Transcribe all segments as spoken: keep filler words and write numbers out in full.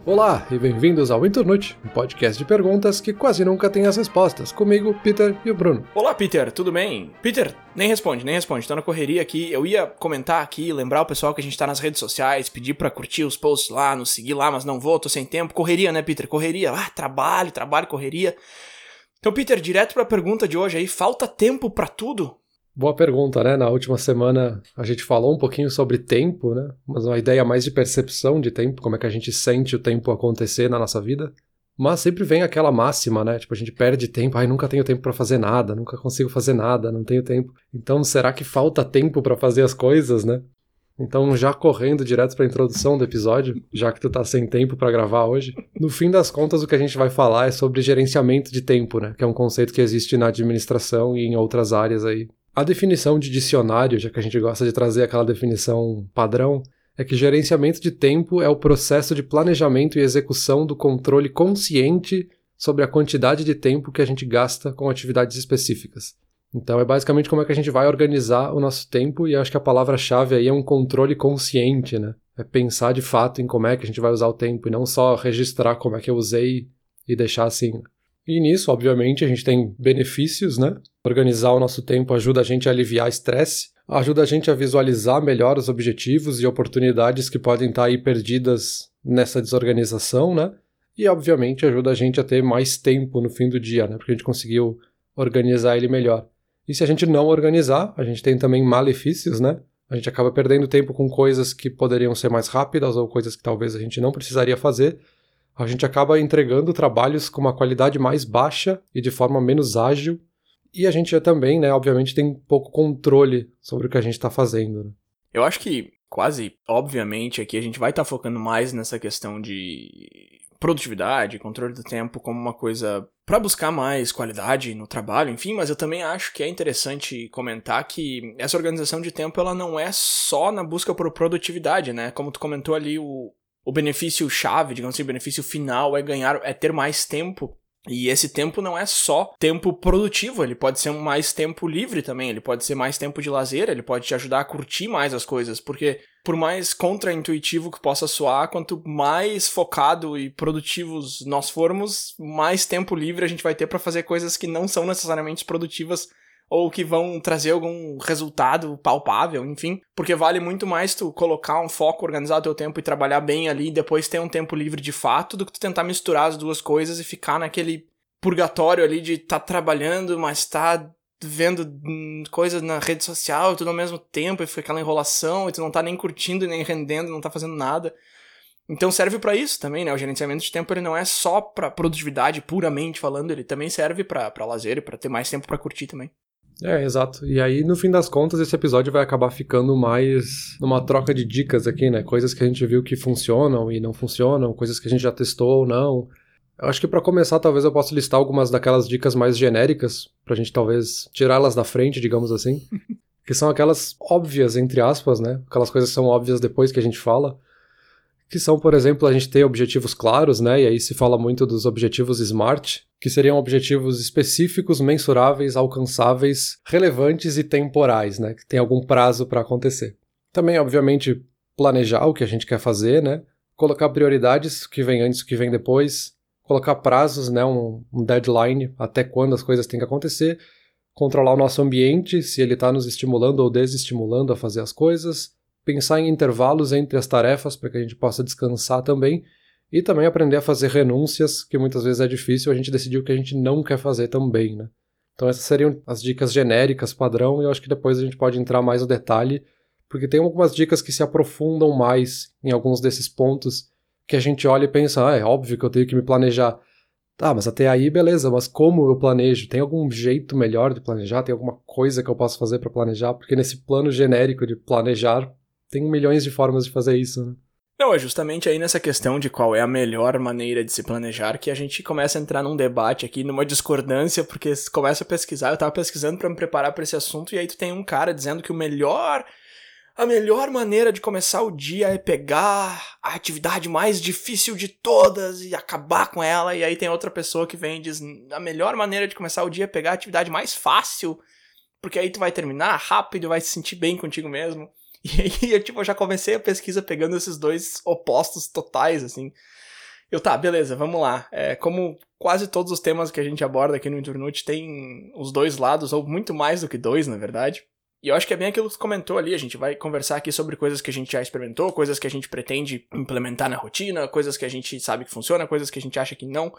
Olá e bem-vindos ao Internute, um podcast de perguntas que quase nunca tem as respostas, comigo, Peter e o Bruno. Olá, Peter, tudo bem? Peter, nem responde, nem responde, tô na correria aqui. Eu ia comentar aqui, lembrar o pessoal que a gente tá nas redes sociais, pedir pra curtir os posts lá, nos seguir lá, mas não vou, tô sem tempo. Correria, né, Peter? Correria, ah, trabalho, trabalho, correria. Então, Peter, direto pra pergunta de hoje aí, falta tempo pra tudo? Boa pergunta, né? Na última semana a gente falou um pouquinho sobre tempo, né? Mas uma ideia mais de percepção de tempo, como é que a gente sente o tempo acontecer na nossa vida. Mas sempre vem aquela máxima, né? Tipo, a gente perde tempo, ai, nunca tenho tempo pra fazer nada, nunca consigo fazer nada, não tenho tempo. Então, será que falta tempo pra fazer as coisas, né? Então, já correndo direto pra introdução do episódio, já que tu tá sem tempo pra gravar hoje, no fim das contas o que a gente vai falar é sobre gerenciamento de tempo, né? Que é um conceito que existe na administração e em outras áreas aí. A definição de dicionário, já que a gente gosta de trazer aquela definição padrão, é que gerenciamento de tempo é o processo de planejamento e execução do controle consciente sobre a quantidade de tempo que a gente gasta com atividades específicas. Então é basicamente como é que a gente vai organizar o nosso tempo, e acho que a palavra-chave aí é um controle consciente, né? É pensar de fato em como é que a gente vai usar o tempo e não só registrar como é que eu usei e deixar assim. E nisso, obviamente, a gente tem benefícios, né? Organizar o nosso tempo ajuda a gente a aliviar estresse, ajuda a gente a visualizar melhor os objetivos e oportunidades que podem estar aí perdidas nessa desorganização, né? E, obviamente, ajuda a gente a ter mais tempo no fim do dia, né? Porque a gente conseguiu organizar ele melhor. E se a gente não organizar, a gente tem também malefícios, né? A gente acaba perdendo tempo com coisas que poderiam ser mais rápidas ou coisas que talvez a gente não precisaria fazer. A gente acaba entregando trabalhos com uma qualidade mais baixa e de forma menos ágil. E a gente também, né, obviamente, tem pouco controle sobre o que a gente está fazendo. Né? Eu acho que, quase obviamente, aqui a gente vai estar tá focando mais nessa questão de produtividade, controle do tempo como uma coisa para buscar mais qualidade no trabalho, enfim, mas eu também acho que é interessante comentar que essa organização de tempo, ela não é só na busca por produtividade, né? Como tu comentou ali, o, o benefício chave, digamos assim, o benefício final é ganhar, é ter mais tempo. E esse tempo não é só tempo produtivo, ele pode ser mais tempo livre também, ele pode ser mais tempo de lazer, ele pode te ajudar a curtir mais as coisas, porque por mais contraintuitivo que possa soar, quanto mais focado e produtivos nós formos, mais tempo livre a gente vai ter para fazer coisas que não são necessariamente produtivas ou que vão trazer algum resultado palpável, enfim, porque vale muito mais tu colocar um foco, organizar o teu tempo e trabalhar bem ali e depois ter um tempo livre de fato, do que tu tentar misturar as duas coisas e ficar naquele purgatório ali de tá trabalhando, mas tá vendo hum, coisas na rede social e tudo ao mesmo tempo, e fica aquela enrolação e tu não tá nem curtindo, nem rendendo, não tá fazendo nada. Então serve pra isso também, né? O gerenciamento de tempo ele não é só pra produtividade puramente falando, ele também serve pra, pra lazer e pra ter mais tempo pra curtir também. É, exato. E aí, no fim das contas, esse episódio vai acabar ficando mais numa troca de dicas aqui, né? Coisas que a gente viu que funcionam e não funcionam, coisas que a gente já testou ou não. Eu acho que pra começar, talvez eu possa listar algumas daquelas dicas mais genéricas, pra gente talvez tirá-las da frente, digamos assim, que são aquelas óbvias, entre aspas, né? Aquelas coisas que são óbvias depois que a gente fala, que são, por exemplo, a gente ter objetivos claros, né? E aí se fala muito dos objetivos SMART, que seriam objetivos específicos, mensuráveis, alcançáveis, relevantes e temporais, né? Que tem algum prazo para acontecer. Também, obviamente, planejar o que a gente quer fazer, né? Colocar prioridades, o que vem antes, o que vem depois. Colocar prazos, né? Um, um deadline, até quando as coisas têm que acontecer. Controlar o nosso ambiente, se ele está nos estimulando ou desestimulando a fazer as coisas. Pensar em intervalos entre as tarefas para que a gente possa descansar também, e também aprender a fazer renúncias, que muitas vezes é difícil a gente decidir o que a gente não quer fazer também, né? Então essas seriam as dicas genéricas, padrão, e eu acho que depois a gente pode entrar mais no detalhe, porque tem algumas dicas que se aprofundam mais em alguns desses pontos, que a gente olha e pensa, ah, é óbvio que eu tenho que me planejar. Tá, mas até aí beleza, mas como eu planejo? Tem algum jeito melhor de planejar? Tem alguma coisa que eu posso fazer para planejar? Porque nesse plano genérico de planejar, tem milhões de formas de fazer isso, né? Não, é justamente aí nessa questão de qual é a melhor maneira de se planejar que a gente começa a entrar num debate aqui, numa discordância, porque você começa a pesquisar, eu tava pesquisando pra me preparar pra esse assunto, e aí tu tem um cara dizendo que o melhor, a melhor maneira de começar o dia é pegar a atividade mais difícil de todas e acabar com ela, e aí tem outra pessoa que vem e diz, a melhor maneira de começar o dia é pegar a atividade mais fácil, porque aí tu vai terminar rápido, vai se sentir bem contigo mesmo. E aí, eu, tipo, eu já comecei a pesquisa pegando esses dois opostos totais, assim. Eu, tá, beleza, vamos lá. É, como quase todos os temas que a gente aborda aqui no Inturnute tem os dois lados, ou muito mais do que dois, na verdade. E eu acho que é bem aquilo que você comentou ali, a gente vai conversar aqui sobre coisas que a gente já experimentou, coisas que a gente pretende implementar na rotina, coisas que a gente sabe que funciona, coisas que a gente acha que não.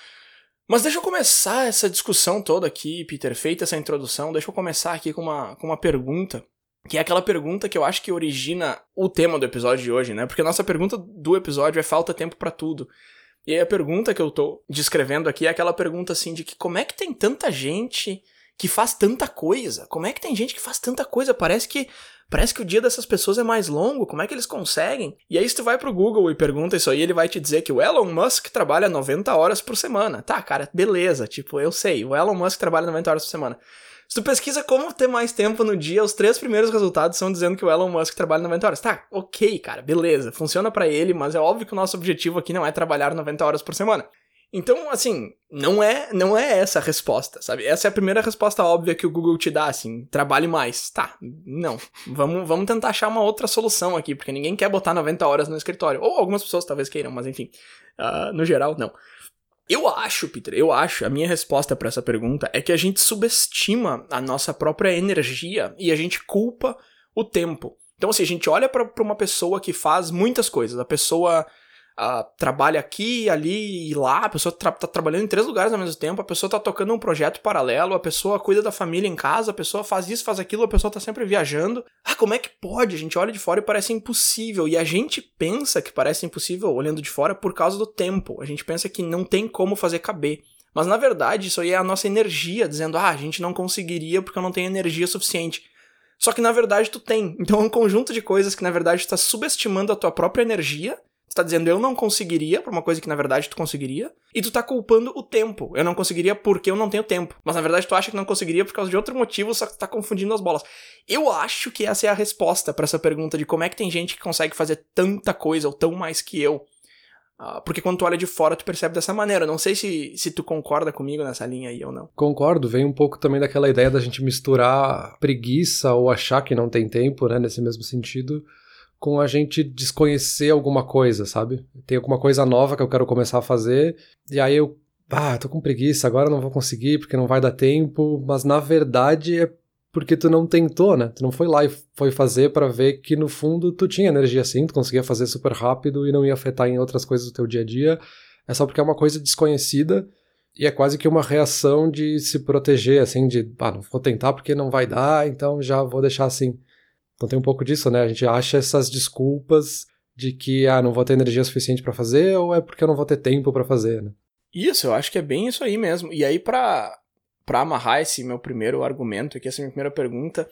Mas deixa eu começar essa discussão toda aqui, Peter, feita essa introdução, deixa eu começar aqui com uma, com uma pergunta, que é aquela pergunta que eu acho que origina o tema do episódio de hoje, né? Porque a nossa pergunta do episódio é falta tempo pra tudo. E aí a pergunta que eu tô descrevendo aqui é aquela pergunta assim de que como é que tem tanta gente que faz tanta coisa? Como é que tem gente que faz tanta coisa? Parece que parece que o dia dessas pessoas é mais longo, como é que eles conseguem? E aí se tu vai pro Google e pergunta isso aí, ele vai te dizer que o Elon Musk trabalha noventa horas por semana. Tá, cara, beleza, tipo, eu sei, o Elon Musk trabalha noventa horas por semana. Se tu pesquisa como ter mais tempo no dia, os três primeiros resultados são dizendo que o Elon Musk trabalha noventa horas. Tá, ok, cara, beleza, funciona pra ele, mas é óbvio que o nosso objetivo aqui não é trabalhar noventa horas por semana. Então, assim, não é, não é essa a resposta, sabe? Essa é a primeira resposta óbvia que o Google te dá, assim, trabalhe mais. Tá, não, vamos, vamos tentar achar uma outra solução aqui, porque ninguém quer botar noventa horas no escritório. Ou algumas pessoas talvez queiram, mas enfim, uh, no geral, não. Eu acho, Peter, eu acho, a minha resposta pra essa pergunta é que a gente subestima a nossa própria energia e a gente culpa o tempo. Então, assim, a gente olha pra, pra uma pessoa que faz muitas coisas, a pessoa uh, trabalha aqui, ali e lá, a pessoa tra- tá trabalhando em três lugares ao mesmo tempo, a pessoa tá tocando um projeto paralelo, a pessoa cuida da família em casa, a pessoa faz isso, faz aquilo, a pessoa tá sempre viajando. Ah, como é que pode? A gente olha de fora e parece impossível, e a gente pensa que parece impossível olhando de fora por causa do tempo. A gente pensa que não tem como fazer caber. Mas na verdade isso aí é a nossa energia, dizendo, ah, a gente não conseguiria porque eu não tenho energia suficiente. Só que na verdade tu tem. Então é um conjunto de coisas que na verdade tu tá subestimando a tua própria energia. Tu tá dizendo, eu não conseguiria, por uma coisa que na verdade tu conseguiria, e tu tá culpando o tempo. Eu não conseguiria porque eu não tenho tempo. Mas na verdade tu acha que não conseguiria por causa de outro motivo, só que tu tá confundindo as bolas. Eu acho que essa é a resposta pra essa pergunta de como é que tem gente que consegue fazer tanta coisa, ou tão mais que eu. Uh, porque quando tu olha de fora, tu percebe dessa maneira. Eu não sei se, se tu concorda comigo nessa linha aí ou não. Concordo, vem um pouco também daquela ideia da gente misturar preguiça ou achar que não tem tempo, né, nesse mesmo sentido, com a gente desconhecer alguma coisa, sabe? Tem alguma coisa nova que eu quero começar a fazer, e aí eu, ah, tô com preguiça, agora não vou conseguir porque não vai dar tempo, mas na verdade é porque tu não tentou, né? Tu não foi lá e foi fazer pra ver que no fundo tu tinha energia sim, tu conseguia fazer super rápido e não ia afetar em outras coisas do teu dia a dia, é só porque é uma coisa desconhecida e é quase que uma reação de se proteger, assim, de, ah, não vou tentar porque não vai dar, então já vou deixar assim. Então tem um pouco disso, né? A gente acha essas desculpas de que, ah, não vou ter energia suficiente pra fazer, ou é porque eu não vou ter tempo pra fazer, né? Isso, eu acho que é bem isso aí mesmo. E aí, pra, pra amarrar esse meu primeiro argumento aqui, essa minha primeira pergunta,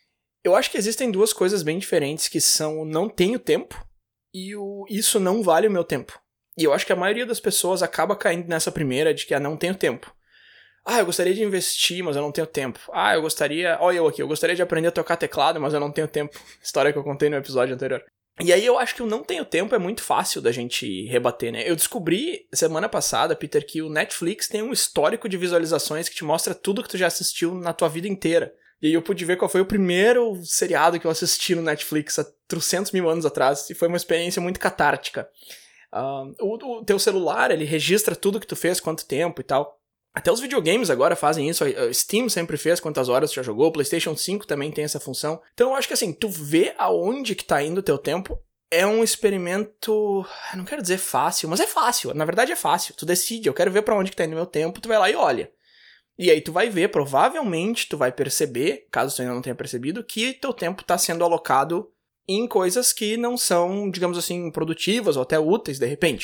eu acho que existem duas coisas bem diferentes, que são o não tenho tempo e o isso não vale o meu tempo. E eu acho que a maioria das pessoas acaba caindo nessa primeira de que, ah, não tenho tempo. Ah, eu gostaria de investir, mas eu não tenho tempo. Ah, eu gostaria... Olha eu aqui, eu gostaria de aprender a tocar teclado, mas eu não tenho tempo. História que eu contei no episódio anterior. E aí eu acho que o não tenho tempo é muito fácil da gente rebater, né? Eu descobri semana passada, Peter, que o Netflix tem um histórico de visualizações que te mostra tudo que tu já assistiu na tua vida inteira. E aí eu pude ver qual foi o primeiro seriado que eu assisti no Netflix há trezentos mil anos atrás, e foi uma experiência muito catártica. Uh, o, o teu celular, ele registra tudo que tu fez, quanto tempo e tal. Até os videogames agora fazem isso, a Steam sempre fez quantas horas tu já jogou, o PlayStation cinco também tem essa função. Então eu acho que assim, tu vê aonde que tá indo o teu tempo, é um experimento, não quero dizer fácil, mas é fácil, na verdade é fácil. Tu decide, eu quero ver pra onde que tá indo o meu tempo, tu vai lá e olha. E aí tu vai ver, provavelmente tu vai perceber, caso tu ainda não tenha percebido, que teu tempo tá sendo alocado em coisas que não são, digamos assim, produtivas ou até úteis de repente.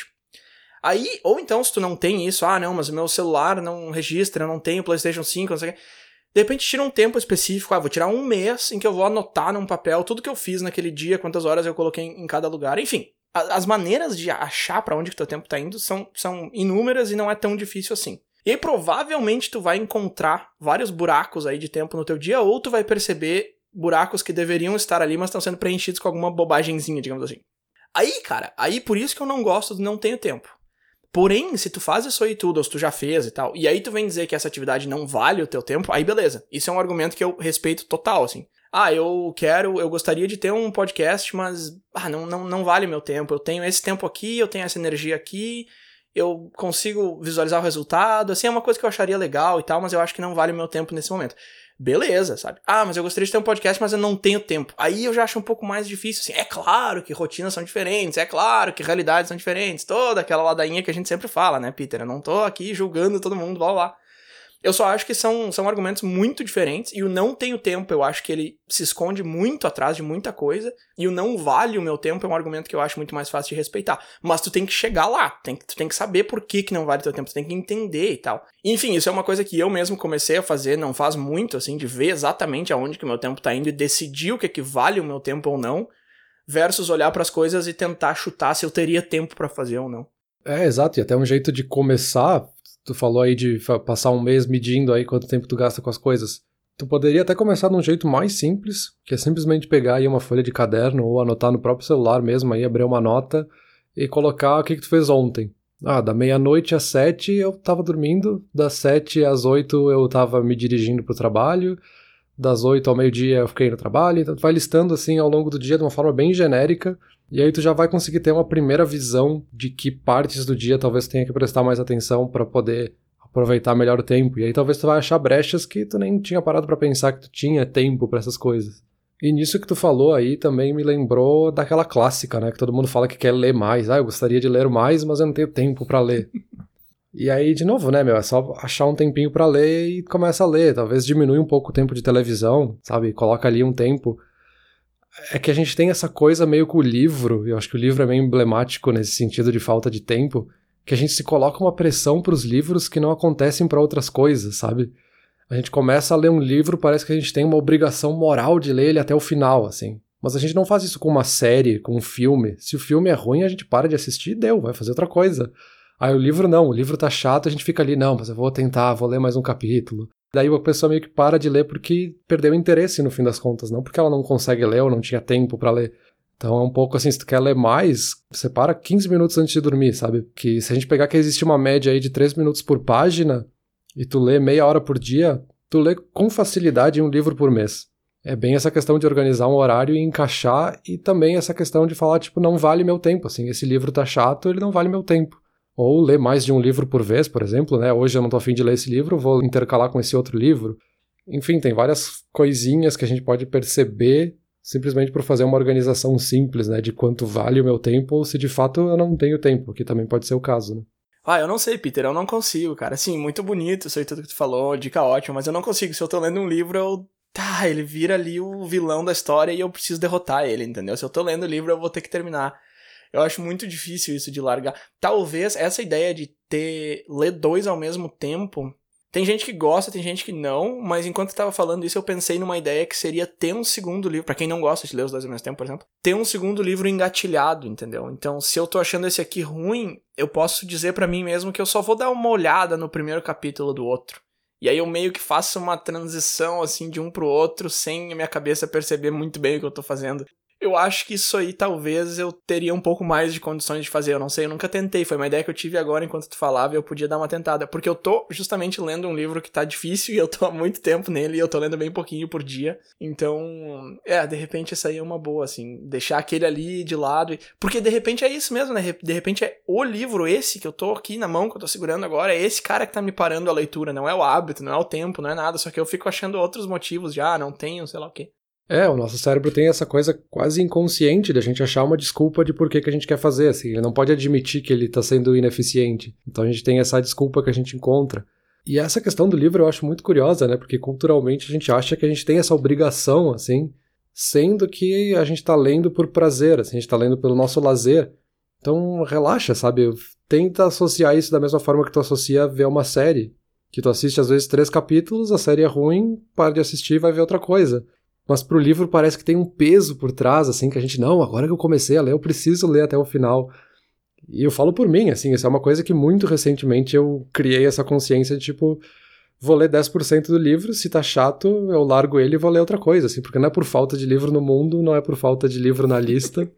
Aí, ou então, se tu não tem isso, ah, não, mas o meu celular não registra, eu não tenho PlayStation cinco, não sei o que. De repente, tira um tempo específico, ah, vou tirar um mês em que eu vou anotar num papel tudo que eu fiz naquele dia, quantas horas eu coloquei em cada lugar. Enfim, a, as maneiras de achar pra onde que teu tempo tá indo são, são inúmeras e não é tão difícil assim. E aí, provavelmente, tu vai encontrar vários buracos aí de tempo no teu dia, ou tu vai perceber buracos que deveriam estar ali, mas estão sendo preenchidos com alguma bobagemzinha, digamos assim. Aí, cara, aí por isso que eu não gosto do não tenho tempo. Porém, se tu faz isso aí tudo, ou se tu já fez e tal, e aí tu vem dizer que essa atividade não vale o teu tempo, aí beleza. Isso é um argumento que eu respeito total, assim. Ah, eu quero, eu gostaria de ter um podcast, mas ah, não, não, não vale meu tempo. Eu tenho esse tempo aqui, eu tenho essa energia aqui, eu consigo visualizar o resultado, assim, é uma coisa que eu acharia legal e tal, mas eu acho que não vale o meu tempo nesse momento. Beleza, sabe? Ah, mas eu gostaria de ter um podcast, mas eu não tenho tempo. Aí eu já acho um pouco mais difícil, assim, é claro que rotinas são diferentes, é claro que realidades são diferentes, toda aquela ladainha que a gente sempre fala, né, Peter? Eu não tô aqui julgando todo mundo, blá, blá. Eu só acho que são, são argumentos muito diferentes, e o não tenho tempo, eu acho que ele se esconde muito atrás de muita coisa, e o não vale o meu tempo é um argumento que eu acho muito mais fácil de respeitar. Mas tu tem que chegar lá, tem, tu tem que saber por que, que não vale o teu tempo, tu tem que entender e tal. Enfim, isso é uma coisa que eu mesmo comecei a fazer, não faz muito, assim, de ver exatamente aonde que o meu tempo tá indo e decidir o que, que vale o meu tempo ou não, versus olhar pras coisas e tentar chutar se eu teria tempo pra fazer ou não. É, exato, e até um jeito de começar... Tu falou aí de passar um mês medindo aí quanto tempo tu gasta com as coisas. Tu poderia até começar de um jeito mais simples, que é simplesmente pegar aí uma folha de caderno ou anotar no próprio celular mesmo, aí abrir uma nota e colocar o que, que tu fez ontem. Ah, da meia-noite às sete eu tava dormindo, das sete às oito eu tava me dirigindo pro trabalho, das oito ao meio-dia eu fiquei no trabalho, então tu vai listando assim ao longo do dia de uma forma bem genérica, e aí tu já vai conseguir ter uma primeira visão de que partes do dia talvez tenha que prestar mais atenção para poder aproveitar melhor o tempo. E aí talvez tu vai achar brechas que tu nem tinha parado para pensar que tu tinha tempo para essas coisas. E nisso que tu falou aí também me lembrou daquela clássica, né? Que todo mundo fala que quer ler mais. Ah, eu gostaria de ler mais, mas eu não tenho tempo para ler. E aí, de novo, né, meu? É só achar um tempinho para ler e começa a ler. Talvez diminui um pouco o tempo de televisão, sabe? Coloca ali um tempo... É que a gente tem essa coisa meio com o livro, eu acho que o livro é meio emblemático nesse sentido de falta de tempo, que a gente se coloca uma pressão pros livros que não acontecem para outras coisas, sabe? A gente começa a ler um livro, parece que a gente tem uma obrigação moral de ler ele até o final, assim. Mas a gente não faz isso com uma série, com um filme. Se o filme é ruim, a gente para de assistir e deu, vai fazer outra coisa. Aí o livro não, o livro tá chato, a gente fica ali, não, mas eu vou tentar, vou ler mais um capítulo. Daí a pessoa meio que para de ler porque perdeu interesse no fim das contas, não porque ela não consegue ler ou não tinha tempo pra ler. Então é um pouco assim, se tu quer ler mais, você para quinze minutos antes de dormir, sabe? Porque se a gente pegar que existe uma média aí de três minutos por página e tu lê meia hora por dia, tu lê com facilidade um livro por mês. É bem essa questão de organizar um horário e encaixar, e também essa questão de falar, tipo, não vale meu tempo, assim, esse livro tá chato, ele não vale meu tempo. Ou ler mais de um livro por vez, por exemplo, né? Hoje eu não tô a fim de ler esse livro, vou intercalar com esse outro livro. Enfim, tem várias coisinhas que a gente pode perceber simplesmente por fazer uma organização simples, né? De quanto vale o meu tempo ou se de fato eu não tenho tempo, que também pode ser o caso, né? Ah, eu não sei, Peter, eu não consigo, cara. Assim, muito bonito isso aí tudo que tu falou, dica ótima, mas eu não consigo. Se eu tô lendo um livro, eu... Tá, ele vira ali o vilão da história e eu preciso derrotar ele, entendeu? Se eu tô lendo o livro, eu vou ter que terminar. Eu acho muito difícil isso de largar. Talvez essa ideia de ter ler dois ao mesmo tempo... Tem gente que gosta, tem gente que não, mas enquanto eu tava falando isso, eu pensei numa ideia que seria ter um segundo livro, pra quem não gosta de ler os dois ao mesmo tempo, por exemplo, ter um segundo livro engatilhado, entendeu? Então, se eu tô achando esse aqui ruim, eu posso dizer pra mim mesmo que eu só vou dar uma olhada no primeiro capítulo do outro. E aí eu meio que faço uma transição, assim, de um pro outro, sem a minha cabeça perceber muito bem o que eu tô fazendo. Eu acho que isso aí talvez eu teria um pouco mais de condições de fazer, eu não sei, eu nunca tentei, foi uma ideia que eu tive agora enquanto tu falava e eu podia dar uma tentada, porque eu tô justamente lendo um livro que tá difícil e eu tô há muito tempo nele e eu tô lendo bem pouquinho por dia, então, é, de repente essa aí é uma boa, assim, deixar aquele ali de lado, e... porque de repente é isso mesmo, né, de repente é o livro esse que eu tô aqui na mão, que eu tô segurando agora, é esse cara que tá me parando a leitura, não é o hábito, não é o tempo, não é nada, só que eu fico achando outros motivos já, ah, não tenho, sei lá o quê. É, o nosso cérebro tem essa coisa quase inconsciente de a gente achar uma desculpa de por que, que a gente quer fazer, assim, ele não pode admitir que ele está sendo ineficiente, então a gente tem essa desculpa que a gente encontra. E essa questão do livro eu acho muito curiosa, né, porque culturalmente a gente acha que a gente tem essa obrigação, assim, sendo que a gente está lendo por prazer, assim, a gente está lendo pelo nosso lazer, então relaxa, sabe, tenta associar isso da mesma forma que tu associa a ver uma série, que tu assiste às vezes três capítulos, a série é ruim, para de assistir e vai ver outra coisa. Mas pro livro parece que tem um peso por trás, assim, que a gente, não, agora que eu comecei a ler, eu preciso ler até o final. E eu falo por mim, assim, isso é uma coisa que muito recentemente eu criei essa consciência de, tipo, vou ler dez por cento do livro, se tá chato, eu largo ele e vou ler outra coisa, assim, porque não é por falta de livro no mundo, não é por falta de livro na lista.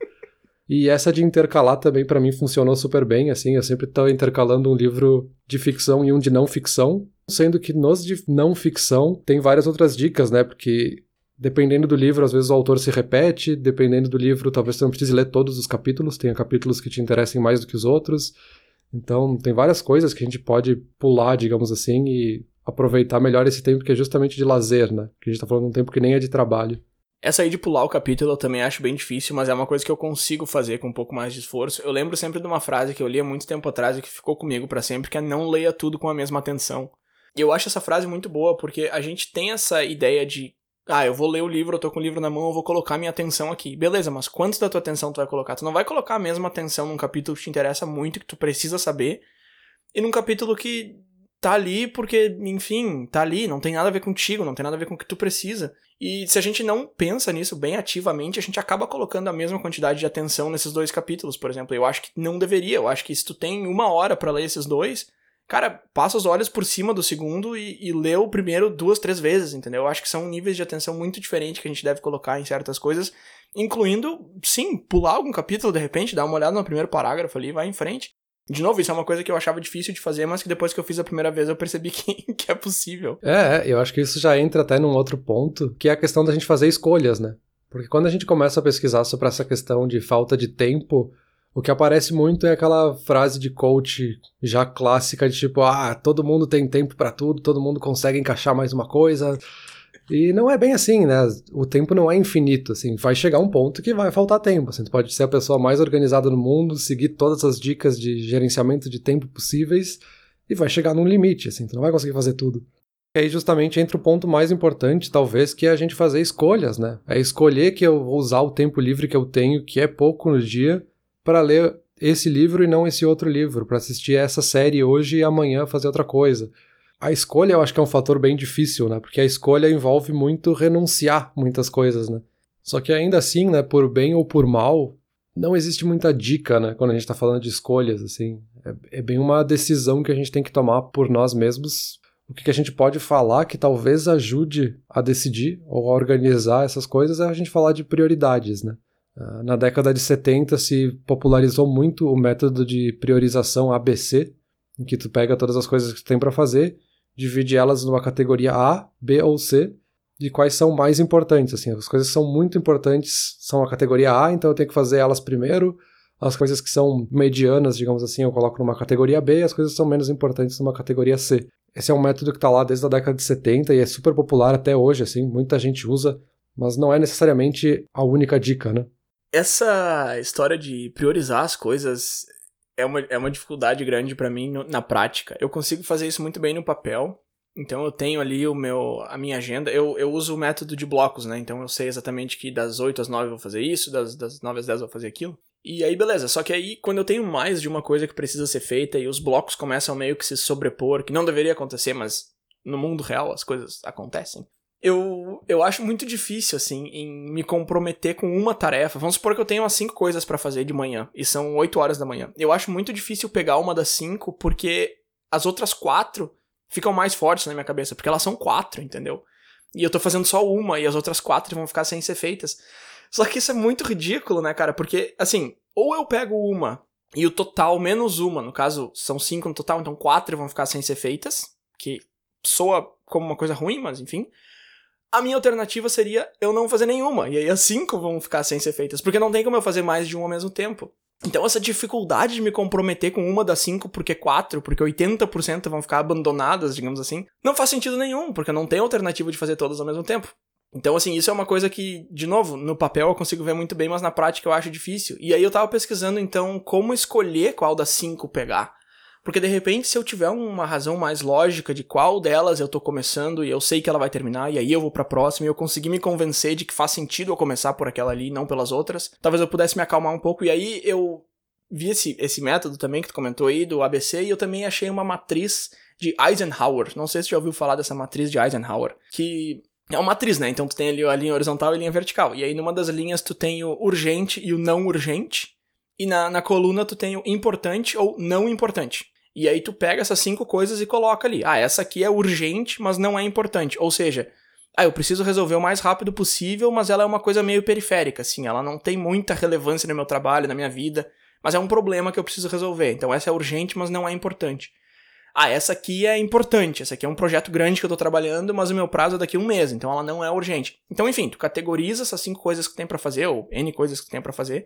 E essa de intercalar também pra mim funcionou super bem, assim, eu sempre tô intercalando um livro de ficção e um de não ficção, sendo que nos de não ficção tem várias outras dicas, né, porque... Dependendo do livro, às vezes o autor se repete, dependendo do livro, talvez você não precise ler todos os capítulos, tenha capítulos que te interessem mais do que os outros. Então, tem várias coisas que a gente pode pular, digamos assim, e aproveitar melhor esse tempo que é justamente de lazer, né? Que a gente tá falando de um tempo que nem é de trabalho. Essa aí de pular o capítulo eu também acho bem difícil, mas é uma coisa que eu consigo fazer com um pouco mais de esforço. Eu lembro sempre de uma frase que eu li há muito tempo atrás e que ficou comigo pra sempre, que é não leia tudo com a mesma atenção. E eu acho essa frase muito boa, porque a gente tem essa ideia de, ah, eu vou ler o livro, eu tô com o livro na mão, eu vou colocar minha atenção aqui. Beleza, mas quanto da tua atenção tu vai colocar? Tu não vai colocar a mesma atenção num capítulo que te interessa muito, que tu precisa saber, e num capítulo que tá ali porque, enfim, tá ali, não tem nada a ver contigo, não tem nada a ver com o que tu precisa. E se a gente não pensa nisso bem ativamente, a gente acaba colocando a mesma quantidade de atenção nesses dois capítulos, por exemplo. Eu acho que não deveria, eu acho que se tu tem uma hora pra ler esses dois, cara, passa os olhos por cima do segundo e, e lê o primeiro duas, três vezes, entendeu? Eu acho que são níveis de atenção muito diferentes que a gente deve colocar em certas coisas, incluindo, sim, pular algum capítulo de repente, dar uma olhada no primeiro parágrafo ali e vai em frente. De novo, isso é uma coisa que eu achava difícil de fazer, mas que depois que eu fiz a primeira vez eu percebi que, que é possível. É, eu acho que isso já entra até num outro ponto, que é a questão da gente fazer escolhas, né? Porque quando a gente começa a pesquisar sobre essa questão de falta de tempo, o que aparece muito é aquela frase de coach já clássica de tipo, ah, todo mundo tem tempo pra tudo, todo mundo consegue encaixar mais uma coisa. E não é bem assim, né? O tempo não é infinito, assim, vai chegar um ponto que vai faltar tempo, assim, tu pode ser a pessoa mais organizada no mundo, seguir todas as dicas de gerenciamento de tempo possíveis e vai chegar num limite, assim, tu não vai conseguir fazer tudo. E aí justamente entra o ponto mais importante, talvez, que é a gente fazer escolhas, né? É escolher que eu vou usar o tempo livre que eu tenho, que é pouco no dia, para ler esse livro e não esse outro livro, para assistir essa série hoje e amanhã fazer outra coisa. A escolha eu acho que é um fator bem difícil, né? Porque a escolha envolve muito renunciar muitas coisas, né? Só que ainda assim, né, por bem ou por mal, não existe muita dica, né? Quando a gente tá falando de escolhas, assim. É, é bem uma decisão que a gente tem que tomar por nós mesmos. O que a gente pode falar que talvez ajude a decidir ou a organizar essas coisas é a gente falar de prioridades, né? Na década de setenta se popularizou muito o método de priorização A B C, em que tu pega todas as coisas que tu tem para fazer, divide elas numa categoria A, B ou C, de quais são mais importantes. Assim, as coisas que são muito importantes são a categoria A, então eu tenho que fazer elas primeiro. As coisas que são medianas, digamos assim, eu coloco numa categoria B, e as coisas que são menos importantes numa categoria C. Esse é um método que está lá desde a década de setenta e é super popular até hoje, assim, muita gente usa, mas não é necessariamente a única dica, né? Essa história de priorizar as coisas é uma, é uma dificuldade grande pra mim no, na prática. Eu consigo fazer isso muito bem no papel, então eu tenho ali o meu, a minha agenda, eu, eu uso o método de blocos, né? Então eu sei exatamente que das oito às nove eu vou fazer isso, das, das nove às dez eu vou fazer aquilo. E aí beleza, só que aí quando eu tenho mais de uma coisa que precisa ser feita e os blocos começam meio que se sobrepor, que não deveria acontecer, mas no mundo real as coisas acontecem. Eu, eu acho muito difícil, assim, em me comprometer com uma tarefa. Vamos supor que eu tenho umas cinco coisas pra fazer de manhã, e são oito horas da manhã. Eu acho muito difícil pegar uma das cinco, porque as outras quatro ficam mais fortes na minha cabeça, porque elas são quatro, entendeu? E eu tô fazendo só uma, e as outras quatro vão ficar sem ser feitas. Só que isso é muito ridículo, né, cara? Porque, assim, ou eu pego uma, e o total menos uma, no caso, são cinco no total, então quatro vão ficar sem ser feitas, que soa como uma coisa ruim, mas enfim. A minha alternativa seria eu não fazer nenhuma, e aí as cinco vão ficar sem ser feitas, porque não tem como eu fazer mais de uma ao mesmo tempo. Então essa dificuldade de me comprometer com uma das cinco, porque quatro, porque oitenta por cento vão ficar abandonadas, digamos assim, não faz sentido nenhum, porque não tem alternativa de fazer todas ao mesmo tempo. Então assim, isso é uma coisa que, de novo, no papel eu consigo ver muito bem, mas na prática eu acho difícil. E aí eu tava pesquisando então como escolher qual das cinco pegar. Porque de repente, se eu tiver uma razão mais lógica de qual delas eu tô começando e eu sei que ela vai terminar, e aí eu vou pra próxima e eu conseguir me convencer de que faz sentido eu começar por aquela ali e não pelas outras, talvez eu pudesse me acalmar um pouco. E aí eu vi esse, esse método também que tu comentou aí, do A B C, e eu também achei uma matriz de Eisenhower. Não sei se tu já ouviu falar dessa matriz de Eisenhower, que é uma matriz, né? Então tu tem ali a linha horizontal e a linha vertical. E aí numa das linhas tu tem o urgente e o não urgente. E na, na coluna tu tem o importante ou não importante. E aí tu pega essas cinco coisas e coloca ali. Ah, essa aqui é urgente, mas não é importante. Ou seja, ah, eu preciso resolver o mais rápido possível, mas ela é uma coisa meio periférica, assim. Ela não tem muita relevância no meu trabalho, na minha vida, mas é um problema que eu preciso resolver. Então essa é urgente, mas não é importante. Ah, essa aqui é importante. Essa aqui é um projeto grande que eu tô trabalhando, mas o meu prazo é daqui a um mês, então ela não é urgente. Então, enfim, tu categoriza essas cinco coisas que tem pra fazer, ou N coisas que tem pra fazer,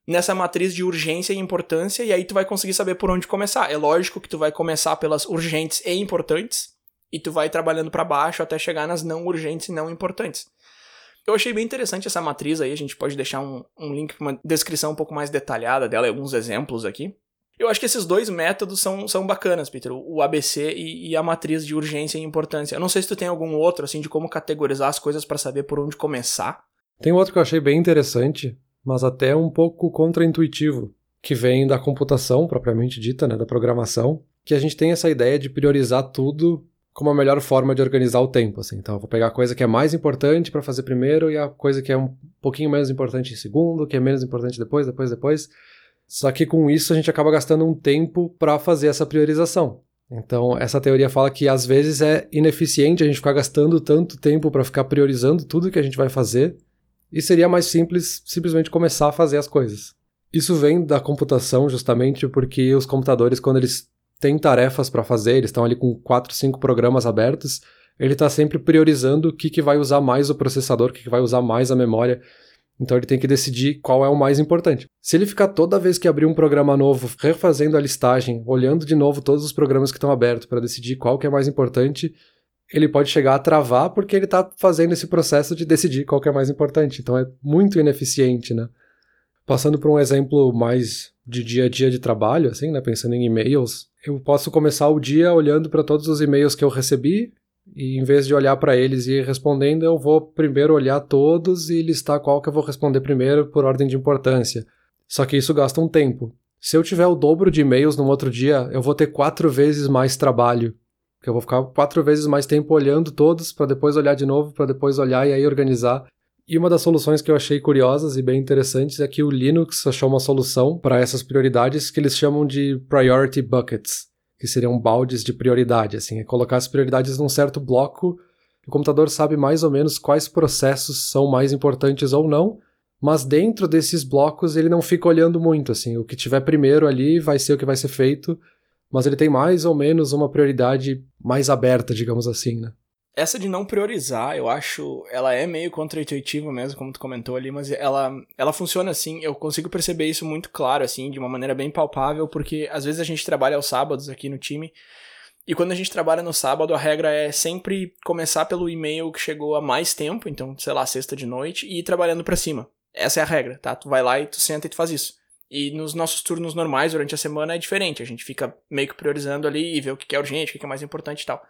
nessa matriz de urgência e importância, e aí tu vai conseguir saber por onde começar. É lógico que tu vai começar pelas urgentes e importantes, e tu vai trabalhando pra baixo até chegar nas não urgentes e não importantes. Eu achei bem interessante essa matriz aí, a gente pode deixar um, um link com uma descrição um pouco mais detalhada dela e alguns exemplos aqui. Eu acho que esses dois métodos são, são bacanas, Peter, o A B C e, e a matriz de urgência e importância. Eu não sei se tu tem algum outro, assim, de como categorizar as coisas pra saber por onde começar. Tem outro que eu achei bem interessante, mas até um pouco contraintuitivo, que vem da computação, propriamente dita, né, da programação, que a gente tem essa ideia de priorizar tudo como a melhor forma de organizar o tempo, assim. Então, eu vou pegar a coisa que é mais importante para fazer primeiro e a coisa que é um pouquinho menos importante em segundo, que é menos importante depois, depois, depois. Só que com isso a gente acaba gastando um tempo para fazer essa priorização. Então, essa teoria fala que às vezes é ineficiente a gente ficar gastando tanto tempo para ficar priorizando tudo que a gente vai fazer, e seria mais simples simplesmente começar a fazer as coisas. Isso vem da computação justamente porque os computadores, quando eles têm tarefas para fazer, eles estão ali com quatro, cinco programas abertos, ele está sempre priorizando o que, que vai usar mais o processador, o que, que vai usar mais a memória. Então ele tem que decidir qual é o mais importante. Se ele ficar toda vez que abrir um programa novo, refazendo a listagem, olhando de novo todos os programas que estão abertos para decidir qual que é mais importante, ele pode chegar a travar porque ele está fazendo esse processo de decidir qual que é mais importante. Então é muito ineficiente, né? Passando por um exemplo mais de dia a dia de trabalho, assim, né? Pensando em e-mails, eu posso começar o dia olhando para todos os e-mails que eu recebi, e em vez de olhar para eles e ir respondendo, eu vou primeiro olhar todos e listar qual que eu vou responder primeiro por ordem de importância. Só que isso gasta um tempo. Se eu tiver o dobro de e-mails no outro dia, eu vou ter quatro vezes mais trabalho. Porque eu vou ficar quatro vezes mais tempo olhando todos, para depois olhar de novo, para depois olhar e aí organizar. E uma das soluções que eu achei curiosas e bem interessantes é que o Linux achou uma solução para essas prioridades que eles chamam de Priority Buckets, que seriam baldes de prioridade, assim, é colocar as prioridades num certo bloco, o computador sabe mais ou menos quais processos são mais importantes ou não, mas dentro desses blocos ele não fica olhando muito, assim, o que tiver primeiro ali vai ser o que vai ser feito, mas ele tem mais ou menos uma prioridade mais aberta, digamos assim, né? Essa de não priorizar, eu acho, ela é meio contraintuitiva mesmo, como tu comentou ali, mas ela, ela funciona assim, eu consigo perceber isso muito claro, assim, de uma maneira bem palpável, porque às vezes a gente trabalha aos sábados aqui no time, e quando a gente trabalha no sábado, a regra é sempre começar pelo e-mail que chegou há mais tempo, então, sei lá, sexta de noite, e ir trabalhando pra cima. Essa é a regra, tá? Tu vai lá e tu senta e tu faz isso. E nos nossos turnos normais, durante a semana, é diferente, a gente fica meio que priorizando ali e vê o que é urgente, o que é mais importante e tal.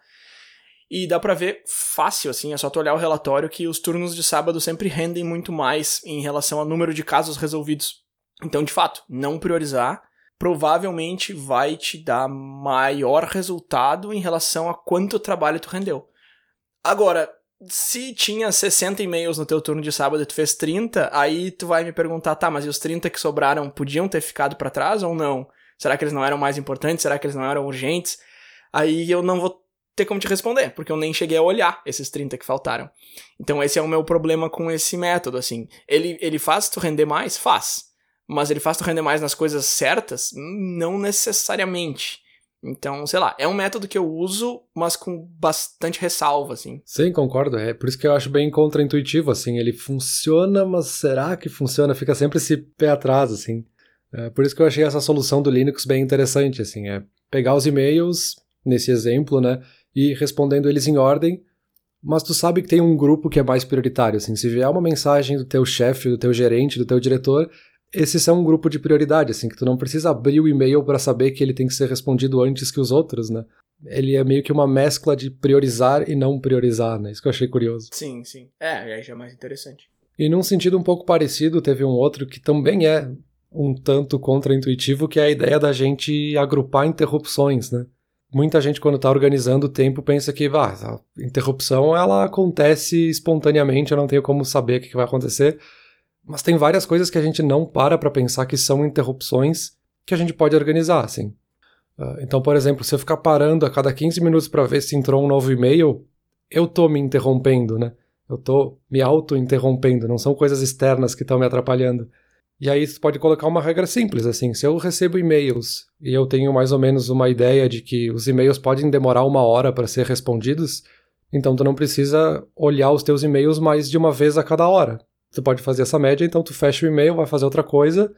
E dá pra ver fácil, assim, é só tu olhar o relatório que os turnos de sábado sempre rendem muito mais em relação ao número de casos resolvidos. Então, de fato, não priorizar provavelmente vai te dar maior resultado em relação a quanto trabalho tu rendeu. Agora, se tinha sessenta e-mails no teu turno de sábado e tu fez trinta, aí tu vai me perguntar, tá, mas e os trinta que sobraram podiam ter ficado pra trás ou não? Será que eles não eram mais importantes? Será que eles não eram urgentes? Aí eu não vou ter como te responder, porque eu nem cheguei a olhar esses trinta que faltaram. Então esse é o meu problema com esse método, assim. Ele, ele faz tu render mais? Faz. Mas ele faz tu render mais nas coisas certas? Não necessariamente. Então, sei lá, é um método que eu uso, mas com bastante ressalva, assim. Sim, concordo. É por isso que eu acho bem contraintuitivo, assim. Ele funciona, mas será que funciona? Fica sempre esse pé atrás, assim. É por isso que eu achei essa solução do Linux bem interessante, assim. É pegar os e-mails, nesse exemplo, né? E respondendo eles em ordem, mas tu sabe que tem um grupo que é mais prioritário, assim, se vier uma mensagem do teu chefe, do teu gerente, do teu diretor, esses são um grupo de prioridade, assim, que tu não precisa abrir o e-mail para saber que ele tem que ser respondido antes que os outros, né? Ele é meio que uma mescla de priorizar e não priorizar, né? Isso que eu achei curioso. Sim, sim. É, aí já é mais interessante. E num sentido um pouco parecido, teve um outro que também é um tanto contraintuitivo, que é a ideia da gente agrupar interrupções, né? Muita gente, quando está organizando o tempo, pensa que ah, a interrupção ela acontece espontaneamente, eu não tenho como saber o que vai acontecer. Mas tem várias coisas que a gente não para para pensar que são interrupções que a gente pode organizar, assim. Então, por exemplo, se eu ficar parando a cada quinze minutos para ver se entrou um novo e-mail, eu tô me interrompendo, né? Eu tô me auto-interrompendo, não são coisas externas que estão me atrapalhando. E aí você pode colocar uma regra simples, assim, se eu recebo e-mails e eu tenho mais ou menos uma ideia de que os e-mails podem demorar uma hora para ser respondidos, então tu não precisa olhar os teus e-mails mais de uma vez a cada hora. Tu pode fazer essa média, então tu fecha o e-mail, vai fazer outra coisa,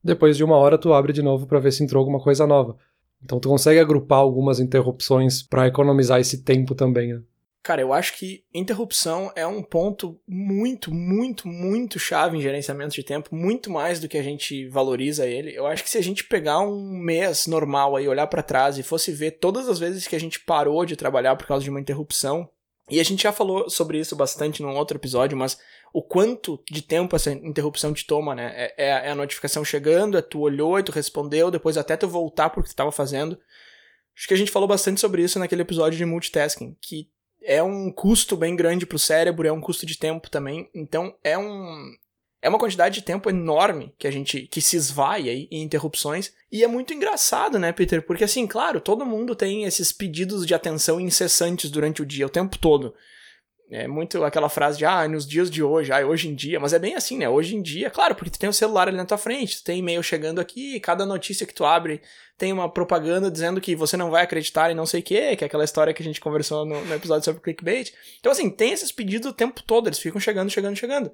depois de uma hora tu abre de novo para ver se entrou alguma coisa nova. Então tu consegue agrupar algumas interrupções para economizar esse tempo também, né? Cara, eu acho que interrupção é um ponto muito, muito, muito chave em gerenciamento de tempo, muito mais do que a gente valoriza ele. Eu acho que se a gente pegar um mês normal aí, olhar pra trás e fosse ver todas as vezes que a gente parou de trabalhar por causa de uma interrupção, e a gente já falou sobre isso bastante num outro episódio, mas o quanto de tempo essa interrupção te toma, né? É, é a notificação chegando, é tu olhou e tu respondeu, depois até tu voltar pro que tu tava fazendo. Acho que a gente falou bastante sobre isso naquele episódio de multitasking, que é um custo bem grande pro cérebro, é um custo de tempo também, então é um é uma quantidade de tempo enorme que a gente que se esvai aí em interrupções, e é muito engraçado, né, Peter? Porque assim, claro, todo mundo tem esses pedidos de atenção incessantes durante o dia, o tempo todo. É muito aquela frase de, ah, nos dias de hoje, ah, hoje em dia, mas é bem assim, né, hoje em dia, claro, porque tu tem o celular ali na tua frente, tu tem e-mail chegando aqui, cada notícia que tu abre tem uma propaganda dizendo que você não vai acreditar em não sei o que, que é aquela história que a gente conversou no, no episódio sobre clickbait. Então assim, tem esses pedidos o tempo todo, eles ficam chegando, chegando, chegando.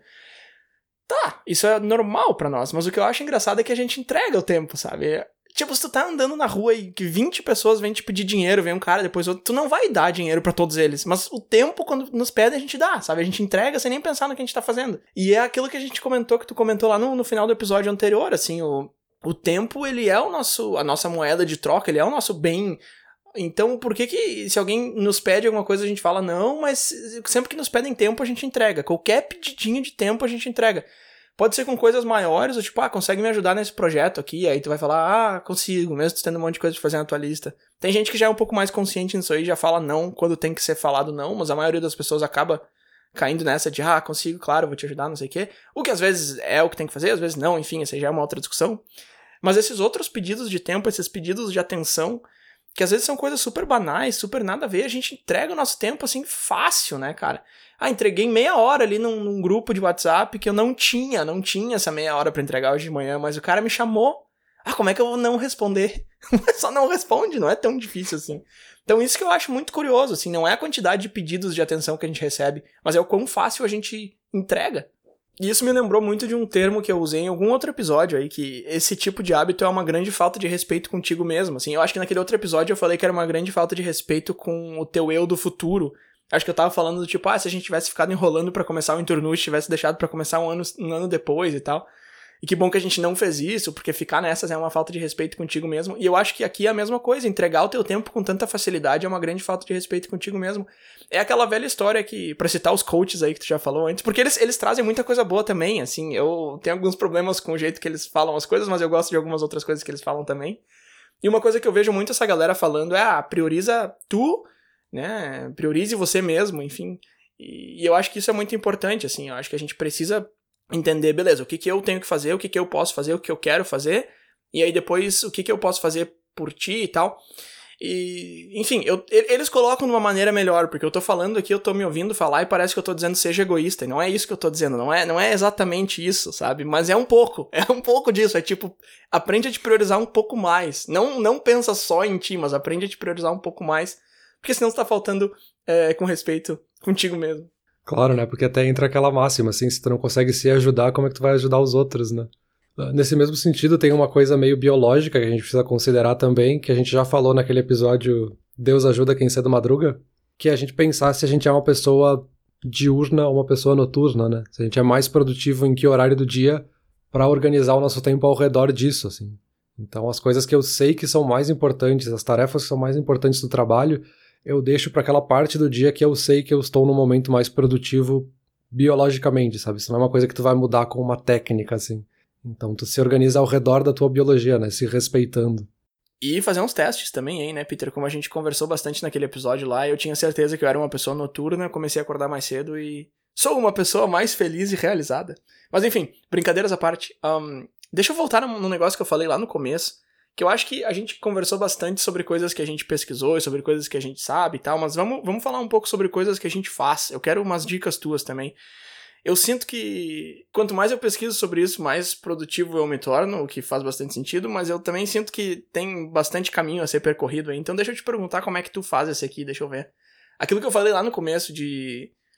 Tá, isso é normal pra nós, mas o que eu acho engraçado é que a gente entrega o tempo, sabe? Tipo, se tu tá andando na rua e que vinte pessoas vêm te pedir dinheiro, vem um cara, depois outro, tu não vai dar dinheiro pra todos eles, mas o tempo, quando nos pedem, a gente dá, sabe? A gente entrega sem nem pensar no que a gente tá fazendo. E é aquilo que a gente comentou, que tu comentou lá no, no final do episódio anterior, assim, o, o tempo, ele é o nosso, a nossa moeda de troca, ele é o nosso bem. Então, por que que se alguém nos pede alguma coisa, a gente fala não, mas sempre que nos pedem tempo, a gente entrega. Qualquer pedidinho de tempo, a gente entrega. Pode ser com coisas maiores, ou tipo, ah, consegue me ajudar nesse projeto aqui, aí tu vai falar, ah, consigo, mesmo tu tendo um monte de coisa pra fazer na tua lista. Tem gente que já é um pouco mais consciente nisso aí, já fala não quando tem que ser falado não, mas a maioria das pessoas acaba caindo nessa de, ah, consigo, claro, vou te ajudar, não sei o quê. O que às vezes é o que tem que fazer, às vezes não, enfim, essa já é uma outra discussão. Mas esses outros pedidos de tempo, esses pedidos de atenção, que às vezes são coisas super banais, super nada a ver, a gente entrega o nosso tempo assim fácil, né, cara? Ah, entreguei meia hora ali num, num grupo de WhatsApp que eu não tinha, não tinha essa meia hora pra entregar hoje de manhã, mas o cara me chamou. Ah, como é que eu vou não responder? Só não responde, não é tão difícil assim. Então isso que eu acho muito curioso, assim, não é a quantidade de pedidos de atenção que a gente recebe, mas é o quão fácil a gente entrega. E isso me lembrou muito de um termo que eu usei em algum outro episódio aí, que esse tipo de hábito é uma grande falta de respeito contigo mesmo, assim. Eu acho que naquele outro episódio eu falei que era uma grande falta de respeito com o teu eu do futuro. Acho que eu tava falando do tipo, ah, se a gente tivesse ficado enrolando pra começar o Internute, tivesse deixado pra começar um ano, um ano depois e tal. E que bom que a gente não fez isso, porque ficar nessas é uma falta de respeito contigo mesmo. E eu acho que aqui é a mesma coisa, entregar o teu tempo com tanta facilidade é uma grande falta de respeito contigo mesmo. É aquela velha história que, pra citar os coaches aí que tu já falou antes, porque eles, eles trazem muita coisa boa também, assim, eu tenho alguns problemas com o jeito que eles falam as coisas, mas eu gosto de algumas outras coisas que eles falam também. E uma coisa que eu vejo muito essa galera falando é, ah, prioriza tu, né, priorize você mesmo, enfim. E, e eu acho que isso é muito importante, assim, eu acho que a gente precisa entender, beleza, o que que eu tenho que fazer, o que que eu posso fazer, o que eu quero fazer, e aí depois o que que eu posso fazer por ti e tal. E, enfim, eu, eles colocam de uma maneira melhor, porque eu tô falando aqui, eu tô me ouvindo falar e parece que eu tô dizendo seja egoísta, e não é isso que eu tô dizendo, não é, não é exatamente isso, sabe? Mas é um pouco, é um pouco disso, é tipo, aprende a te priorizar um pouco mais, não, não pensa só em ti, mas aprende a te priorizar um pouco mais, porque senão você tá faltando é, com respeito contigo mesmo. Claro, né? Porque até entra aquela máxima, assim, se tu não consegue se ajudar, como é que tu vai ajudar os outros, né? Nesse mesmo sentido, tem uma coisa meio biológica que a gente precisa considerar também, que a gente já falou naquele episódio Deus ajuda quem cedo madruga, que é a gente pensar se a gente é uma pessoa diurna ou uma pessoa noturna, né? Se a gente é mais produtivo em que horário do dia para organizar o nosso tempo ao redor disso, assim. Então, as coisas que eu sei que são mais importantes, as tarefas que são mais importantes do trabalho, eu deixo para aquela parte do dia que eu sei que eu estou no momento mais produtivo biologicamente, sabe? Isso não é uma coisa que tu vai mudar com uma técnica, assim. Então tu se organiza ao redor da tua biologia, né? Se respeitando. E fazer uns testes também, hein, né, Peter? Como a gente conversou bastante naquele episódio lá, eu tinha certeza que eu era uma pessoa noturna, comecei a acordar mais cedo e sou uma pessoa mais feliz e realizada. Mas enfim, brincadeiras à parte. Um, deixa eu voltar num negócio que eu falei lá no começo, que eu acho que a gente conversou bastante sobre coisas que a gente pesquisou, sobre coisas que a gente sabe e tal, mas vamos, vamos falar um pouco sobre coisas que a gente faz. Eu quero umas dicas tuas também. Eu sinto que quanto mais eu pesquiso sobre isso, mais produtivo eu me torno, o que faz bastante sentido, mas eu também sinto que tem bastante caminho a ser percorrido aí. Então deixa eu te perguntar como é que tu faz esse aqui, deixa eu ver. Aquilo que eu falei lá no começo de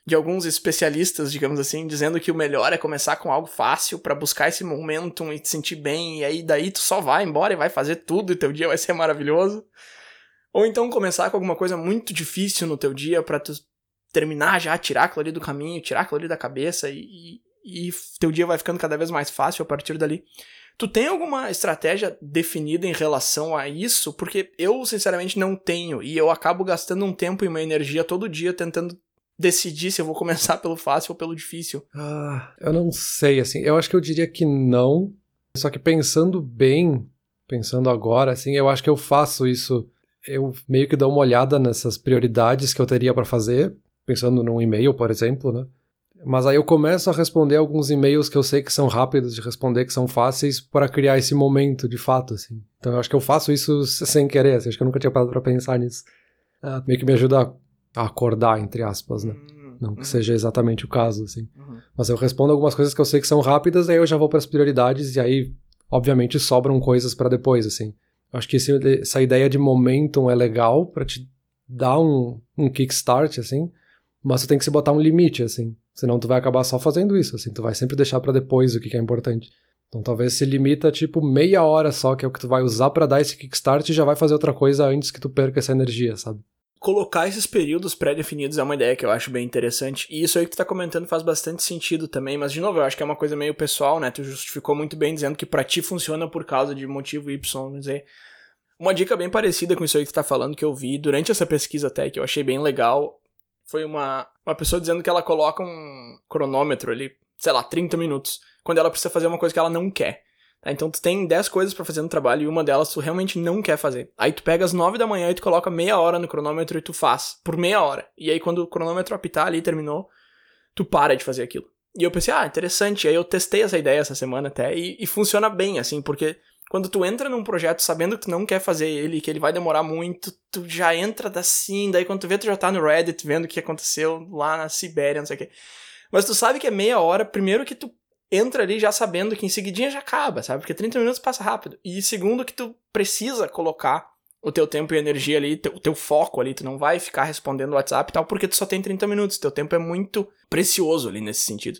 de alguns especialistas, digamos assim, dizendo que o melhor é começar com algo fácil pra buscar esse momentum e te sentir bem, e aí daí tu só vai embora e vai fazer tudo e teu dia vai ser maravilhoso. Ou então começar com alguma coisa muito difícil no teu dia pra tu terminar já, tirar aquilo ali do caminho, tirar aquilo ali da cabeça e, e, e teu dia vai ficando cada vez mais fácil a partir dali. Tu tem alguma estratégia definida em relação a isso? Porque eu, sinceramente, não tenho, e eu acabo gastando um tempo e uma energia todo dia tentando decidir se eu vou começar pelo fácil ou pelo difícil. Ah, eu não sei, assim, eu acho que eu diria que não, só que pensando bem, pensando agora, assim, eu acho que eu faço isso, eu meio que dou uma olhada nessas prioridades que eu teria pra fazer, pensando num e-mail, por exemplo, né? Mas aí eu começo a responder alguns e-mails que eu sei que são rápidos de responder, que são fáceis, para criar esse momento, de fato, assim. Então eu acho que eu faço isso sem querer, assim, acho que eu nunca tinha parado pra pensar nisso. Ah, meio que me ajuda a a acordar, entre aspas, né? Uhum. Não que seja exatamente o caso, assim. Uhum. Mas eu respondo algumas coisas que eu sei que são rápidas, aí eu já vou para as prioridades, e aí, obviamente, sobram coisas para depois, assim. Acho que esse, essa ideia de momentum é legal para te dar um, um kickstart, assim, mas tu tem que se botar um limite, assim. Senão tu vai acabar só fazendo isso, assim. Tu vai sempre deixar para depois o que, que é importante. Então talvez se limita, tipo, meia hora só, que é o que tu vai usar para dar esse kickstart, e já vai fazer outra coisa antes que tu perca essa energia, sabe? Colocar esses períodos pré-definidos é uma ideia que eu acho bem interessante, e isso aí que tu tá comentando faz bastante sentido também, mas de novo, eu acho que é uma coisa meio pessoal, né, tu justificou muito bem dizendo que pra ti funciona por causa de motivo Y, quer dizer, uma dica bem parecida com isso aí que tu tá falando, que eu vi durante essa pesquisa até, que eu achei bem legal, foi uma, uma pessoa dizendo que ela coloca um cronômetro ali, sei lá, trinta minutos, quando ela precisa fazer uma coisa que ela não quer. Então tu tem dez coisas pra fazer no trabalho e uma delas tu realmente não quer fazer. Aí tu pega às nove da manhã e tu coloca meia hora no cronômetro e tu faz, por meia hora. E aí quando o cronômetro apitar ali, terminou, tu para de fazer aquilo. E eu pensei, ah, interessante. Aí eu testei essa ideia essa semana até e, e funciona bem, assim, porque quando tu entra num projeto sabendo que tu não quer fazer ele, que ele vai demorar muito, tu já entra assim, daí quando tu vê tu já tá no Reddit vendo o que aconteceu lá na Sibéria, não sei o quê. Mas tu sabe que é meia hora, primeiro que tu entra ali já sabendo que em seguidinha já acaba, sabe? Porque trinta minutos passa rápido. E segundo que tu precisa colocar o teu tempo e energia ali, o teu foco ali, tu não vai ficar respondendo o WhatsApp e tal, porque tu só tem trinta minutos, teu tempo é muito precioso ali nesse sentido.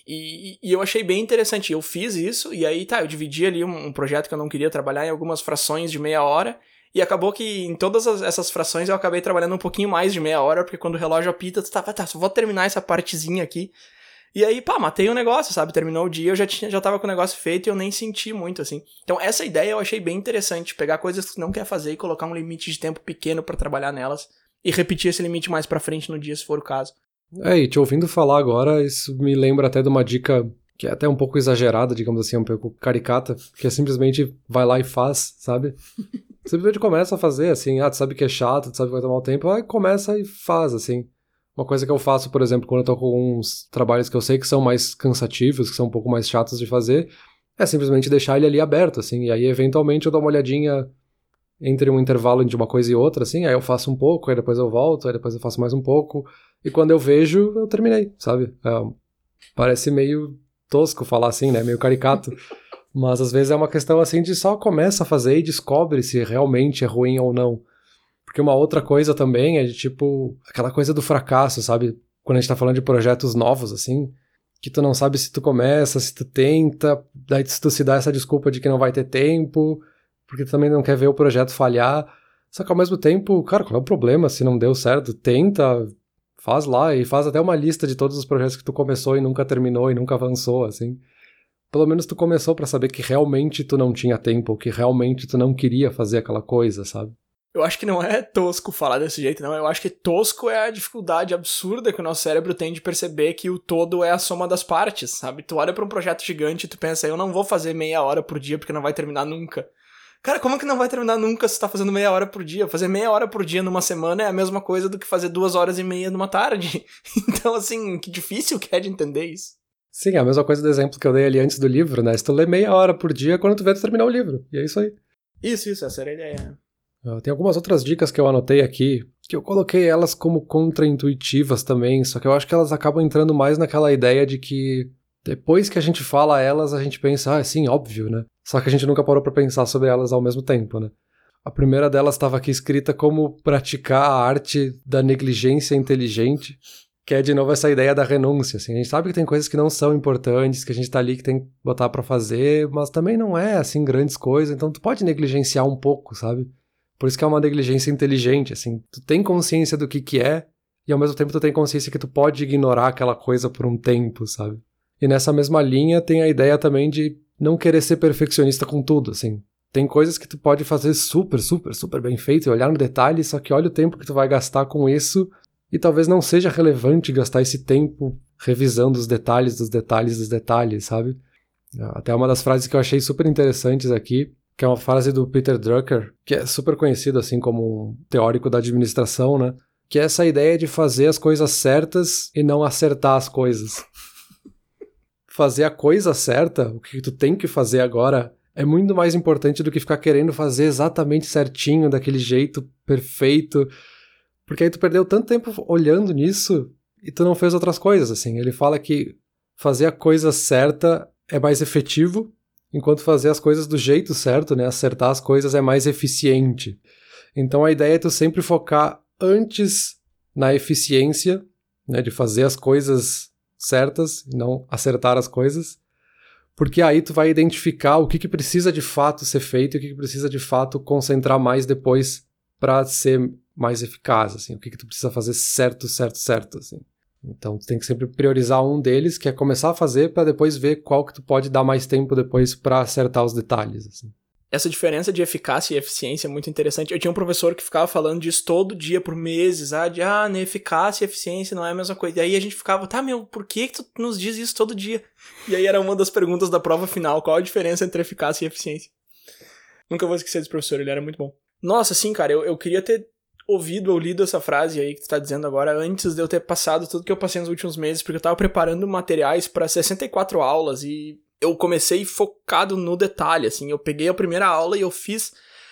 E, e eu achei bem interessante, eu fiz isso, e aí tá, eu dividi ali um, um projeto que eu não queria trabalhar em algumas frações de meia hora, e acabou que em todas as, essas frações eu acabei trabalhando um pouquinho mais de meia hora, porque quando o relógio apita, tu tava, tá, só vou terminar essa partezinha aqui. E aí, pá, matei o negócio, sabe? Terminou o dia, eu já, tinha, já tava com o negócio feito e eu nem senti muito, assim. Então, essa ideia eu achei bem interessante. Pegar coisas que tu não quer fazer e colocar um limite de tempo pequeno pra trabalhar nelas. E repetir esse limite mais pra frente no dia, se for o caso. É, e te ouvindo falar agora, isso me lembra até de uma dica que é até um pouco exagerada, digamos assim, um pouco caricata, que é simplesmente vai lá e faz, sabe? Simplesmente começa a fazer, assim, ah, tu sabe que é chato, tu sabe que vai tomar um tempo, aí começa e faz, assim. Uma coisa que eu faço, por exemplo, quando eu tô com uns trabalhos que eu sei que são mais cansativos, que são um pouco mais chatos de fazer, é simplesmente deixar ele ali aberto, assim, e aí eventualmente eu dou uma olhadinha entre um intervalo de uma coisa e outra, assim, aí eu faço um pouco, aí depois eu volto, aí depois eu faço mais um pouco, e quando eu vejo, eu terminei, sabe? É, parece meio tosco falar assim, né? Meio caricato, mas às vezes é uma questão assim de só começa a fazer e descobre se realmente é ruim ou não. Porque uma outra coisa também é de, tipo, aquela coisa do fracasso, sabe? Quando a gente tá falando de projetos novos, assim, que tu não sabe se tu começa, se tu tenta, daí se tu se dá essa desculpa de que não vai ter tempo, porque tu também não quer ver o projeto falhar. Só que ao mesmo tempo, cara, qual é o problema se não deu certo? Tenta, faz lá e faz até uma lista de todos os projetos que tu começou e nunca terminou e nunca avançou, assim. Pelo menos tu começou pra saber que realmente tu não tinha tempo, ou que realmente tu não queria fazer aquela coisa, sabe? Eu acho que não é tosco falar desse jeito, não. Eu acho que tosco é a dificuldade absurda que o nosso cérebro tem de perceber que o todo é a soma das partes, sabe? Tu olha pra um projeto gigante e tu pensa, eu não vou fazer meia hora por dia porque não vai terminar nunca. Cara, como que não vai terminar nunca se tu tá fazendo meia hora por dia? Fazer meia hora por dia numa semana é a mesma coisa do que fazer duas horas e meia numa tarde. Então, assim, que difícil que é de entender isso. Sim, é a mesma coisa do exemplo que eu dei ali antes do livro, né? Se tu lê meia hora por dia, quando tu vê, tu terminar o livro. E é isso aí. Isso, isso, essa era a ideia. Tem algumas outras dicas que eu anotei aqui, que eu coloquei elas como contraintuitivas também, só que eu acho que elas acabam entrando mais naquela ideia de que depois que a gente fala elas, a gente pensa, ah, sim, óbvio, né? Só que a gente nunca parou pra pensar sobre elas ao mesmo tempo, né? A primeira delas estava aqui escrita como praticar a arte da negligência inteligente, Que é, de novo, essa ideia da renúncia, assim. A gente sabe que tem coisas que não são importantes, que a gente tá ali que tem que botar pra fazer, mas também não é, assim, grandes coisas, então tu pode negligenciar um pouco, sabe? Por isso que é uma negligência inteligente, assim. Tu tem consciência do que que é, e ao mesmo tempo tu tem consciência que tu pode ignorar aquela coisa por um tempo, sabe? E nessa mesma linha tem a ideia também de não querer ser perfeccionista com tudo, assim. Tem coisas que tu pode fazer super, super, super bem feito e olhar no detalhe, só que olha o tempo que tu vai gastar com isso. E talvez não seja relevante gastar esse tempo revisando os detalhes dos detalhes dos detalhes, sabe? Até uma das frases que eu achei super interessantes aqui, que é uma frase do Peter Drucker, que é super conhecido assim como um teórico da administração, né? Que é essa ideia de fazer as coisas certas e não acertar as coisas. Fazer a coisa certa, o que tu tem que fazer agora, é muito mais importante do que ficar querendo fazer exatamente certinho, daquele jeito perfeito. Porque aí tu perdeu tanto tempo olhando nisso e tu não fez outras coisas, assim. Ele fala que fazer a coisa certa é mais efetivo, enquanto fazer as coisas do jeito certo, né, acertar as coisas é mais eficiente. Então a ideia é tu sempre focar antes na eficiência, né, de fazer as coisas certas e não acertar as coisas, porque aí tu vai identificar o que, que precisa de fato ser feito e o que, que precisa de fato concentrar mais depois para ser mais eficaz, assim, o que que tu precisa fazer certo, certo, certo, assim. Então tu tem que sempre priorizar um deles, que é começar a fazer para depois ver qual que tu pode dar mais tempo depois para acertar os detalhes, assim. Essa diferença de eficácia e eficiência é muito interessante. Eu tinha um professor que ficava falando disso todo dia por meses, ah, de, ah, né, eficácia e eficiência não é a mesma coisa. E aí a gente ficava, tá, meu, por que que tu nos diz isso todo dia? E aí era uma das perguntas da prova final, qual a diferença entre eficácia e eficiência? Nunca vou esquecer desse professor, ele era muito bom. Nossa, sim, cara, eu, eu queria ter ouvido ou lido essa frase aí que tu tá dizendo agora antes de eu ter passado tudo que eu passei nos últimos meses, porque eu tava preparando materiais pra sessenta e quatro aulas e eu comecei focado no detalhe, assim, eu peguei a primeira aula e eu fiz...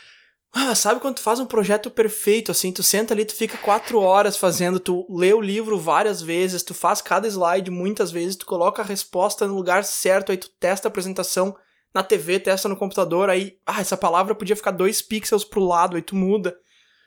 Ah, sabe quando tu faz um projeto perfeito, assim, tu senta ali, tu fica quatro horas fazendo, tu lê o livro várias vezes, tu faz cada slide muitas vezes, tu coloca a resposta no lugar certo, aí tu testa a apresentação na T V, testa no computador, aí, ah, essa palavra podia ficar dois pixels pro lado, aí tu muda.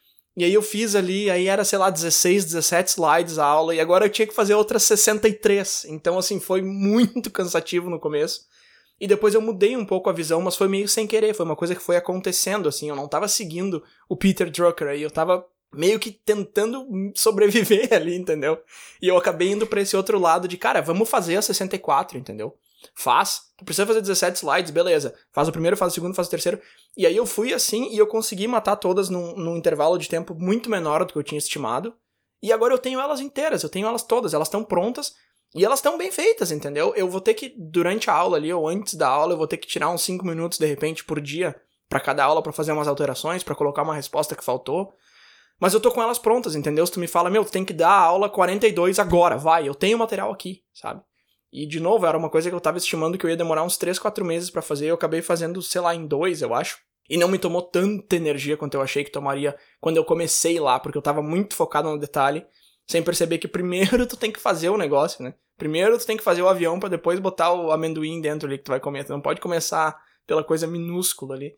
E aí eu fiz ali, aí era, sei lá, dezesseis, dezessete slides a aula, e agora eu tinha que fazer outras sessenta e três. Então, assim, foi muito cansativo no começo. E depois eu mudei um pouco a visão, mas foi meio sem querer, foi uma coisa que foi acontecendo, assim, eu não tava seguindo o Peter Drucker aí, eu tava meio que tentando sobreviver ali, entendeu? E eu acabei indo pra esse outro lado de, cara, vamos fazer a sessenta e quatro, entendeu? Faz, tu precisa fazer dezessete slides, beleza, faz o primeiro, faz o segundo, faz o terceiro, e aí eu fui assim, e eu consegui matar todas num, num intervalo de tempo muito menor do que eu tinha estimado, e agora eu tenho elas inteiras, eu tenho elas todas, elas estão prontas, e elas estão bem feitas, entendeu? Eu vou ter que, durante a aula ali, ou antes da aula, eu vou ter que tirar uns cinco minutos, de repente, por dia, pra cada aula, pra fazer umas alterações, pra colocar uma resposta que faltou, mas eu tô com elas prontas, entendeu? Se tu me fala, meu, tu tem que dar a aula quarenta e dois agora, vai, eu tenho o material aqui, sabe? E, de novo, era uma coisa que eu tava estimando que eu ia demorar uns três, quatro meses pra fazer, eu acabei fazendo, sei lá, em dois, eu acho. E não me tomou tanta energia quanto eu achei que tomaria quando eu comecei lá, porque eu tava muito focado no detalhe, sem perceber que primeiro tu tem que fazer o negócio, né? Primeiro tu tem que fazer o avião pra depois botar o amendoim dentro ali que tu vai comer. Tu não pode começar pela coisa minúscula ali.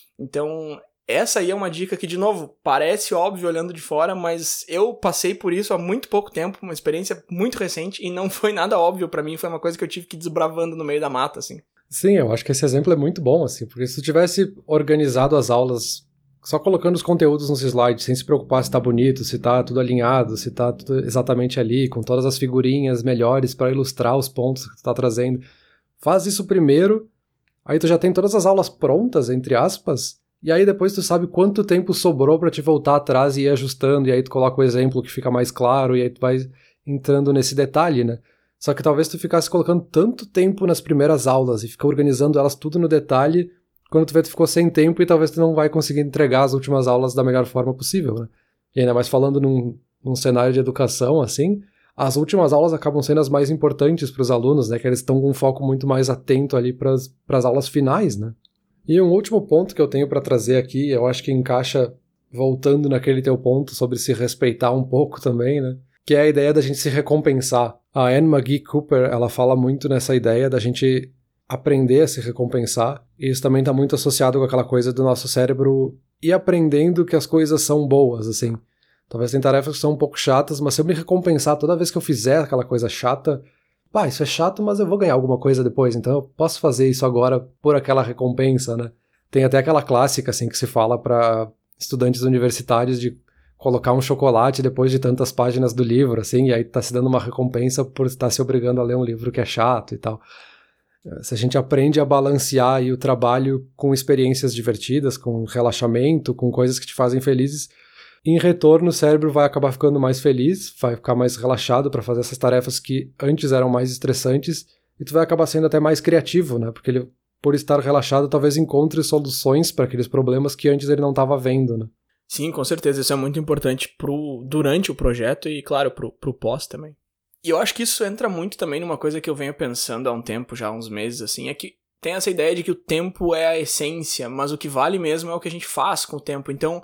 Então, essa aí é uma dica que, de novo, parece óbvio olhando de fora, mas eu passei por isso há muito pouco tempo, uma experiência muito recente, e não foi nada óbvio pra mim, foi uma coisa que eu tive que ir desbravando no meio da mata, assim. Sim, eu acho que esse exemplo é muito bom, assim, porque se tu tivesse organizado as aulas só colocando os conteúdos nos slides, sem se preocupar se tá bonito, se tá tudo alinhado, se tá tudo exatamente ali, com todas as figurinhas melhores para ilustrar os pontos que tu tá trazendo, faz isso primeiro, aí tu já tem todas as aulas prontas, entre aspas, e aí depois tu sabe quanto tempo sobrou pra te voltar atrás e ir ajustando, e aí tu coloca o exemplo que fica mais claro, e aí tu vai entrando nesse detalhe, né? Só que talvez tu ficasse colocando tanto tempo nas primeiras aulas e ficar organizando elas tudo no detalhe, quando tu vê tu ficou sem tempo e talvez tu não vai conseguir entregar as últimas aulas da melhor forma possível, né? E ainda mais falando num, num cenário de educação, assim, as últimas aulas acabam sendo as mais importantes para os alunos, né? Que eles estão com um foco muito mais atento ali para as aulas finais, né? E um último ponto que eu tenho para trazer aqui, eu acho que encaixa voltando naquele teu ponto sobre se respeitar um pouco também, né? Que é a ideia da gente se recompensar. A Anne McGee Cooper, ela fala muito nessa ideia da gente aprender a se recompensar, e isso também está muito associado com aquela coisa do nosso cérebro ir aprendendo que as coisas são boas, assim. Talvez tem tarefas que são um pouco chatas, mas se eu me recompensar toda vez que eu fizer aquela coisa chata, pá, isso é chato, mas eu vou ganhar alguma coisa depois, então eu posso fazer isso agora por aquela recompensa, né? Tem até aquela clássica, assim, que se fala para estudantes universitários de colocar um chocolate depois de tantas páginas do livro, assim, e aí tá se dando uma recompensa por estar se obrigando a ler um livro que é chato e tal. Se a gente aprende a balancear aí o trabalho com experiências divertidas, com relaxamento, com coisas que te fazem felizes, em retorno o cérebro vai acabar ficando mais feliz, vai ficar mais relaxado para fazer essas tarefas que antes eram mais estressantes, e tu vai acabar sendo até mais criativo, né? Porque ele, por estar relaxado, talvez encontre soluções para aqueles problemas que antes ele não estava vendo, né? Sim, com certeza, isso é muito importante pro, durante o projeto e, claro, pro, pro pós também. E eu acho que isso entra muito também numa coisa que eu venho pensando há um tempo, já há uns meses, assim, é que tem essa ideia de que o tempo é a essência, mas o que vale mesmo é o que a gente faz com o tempo. Então,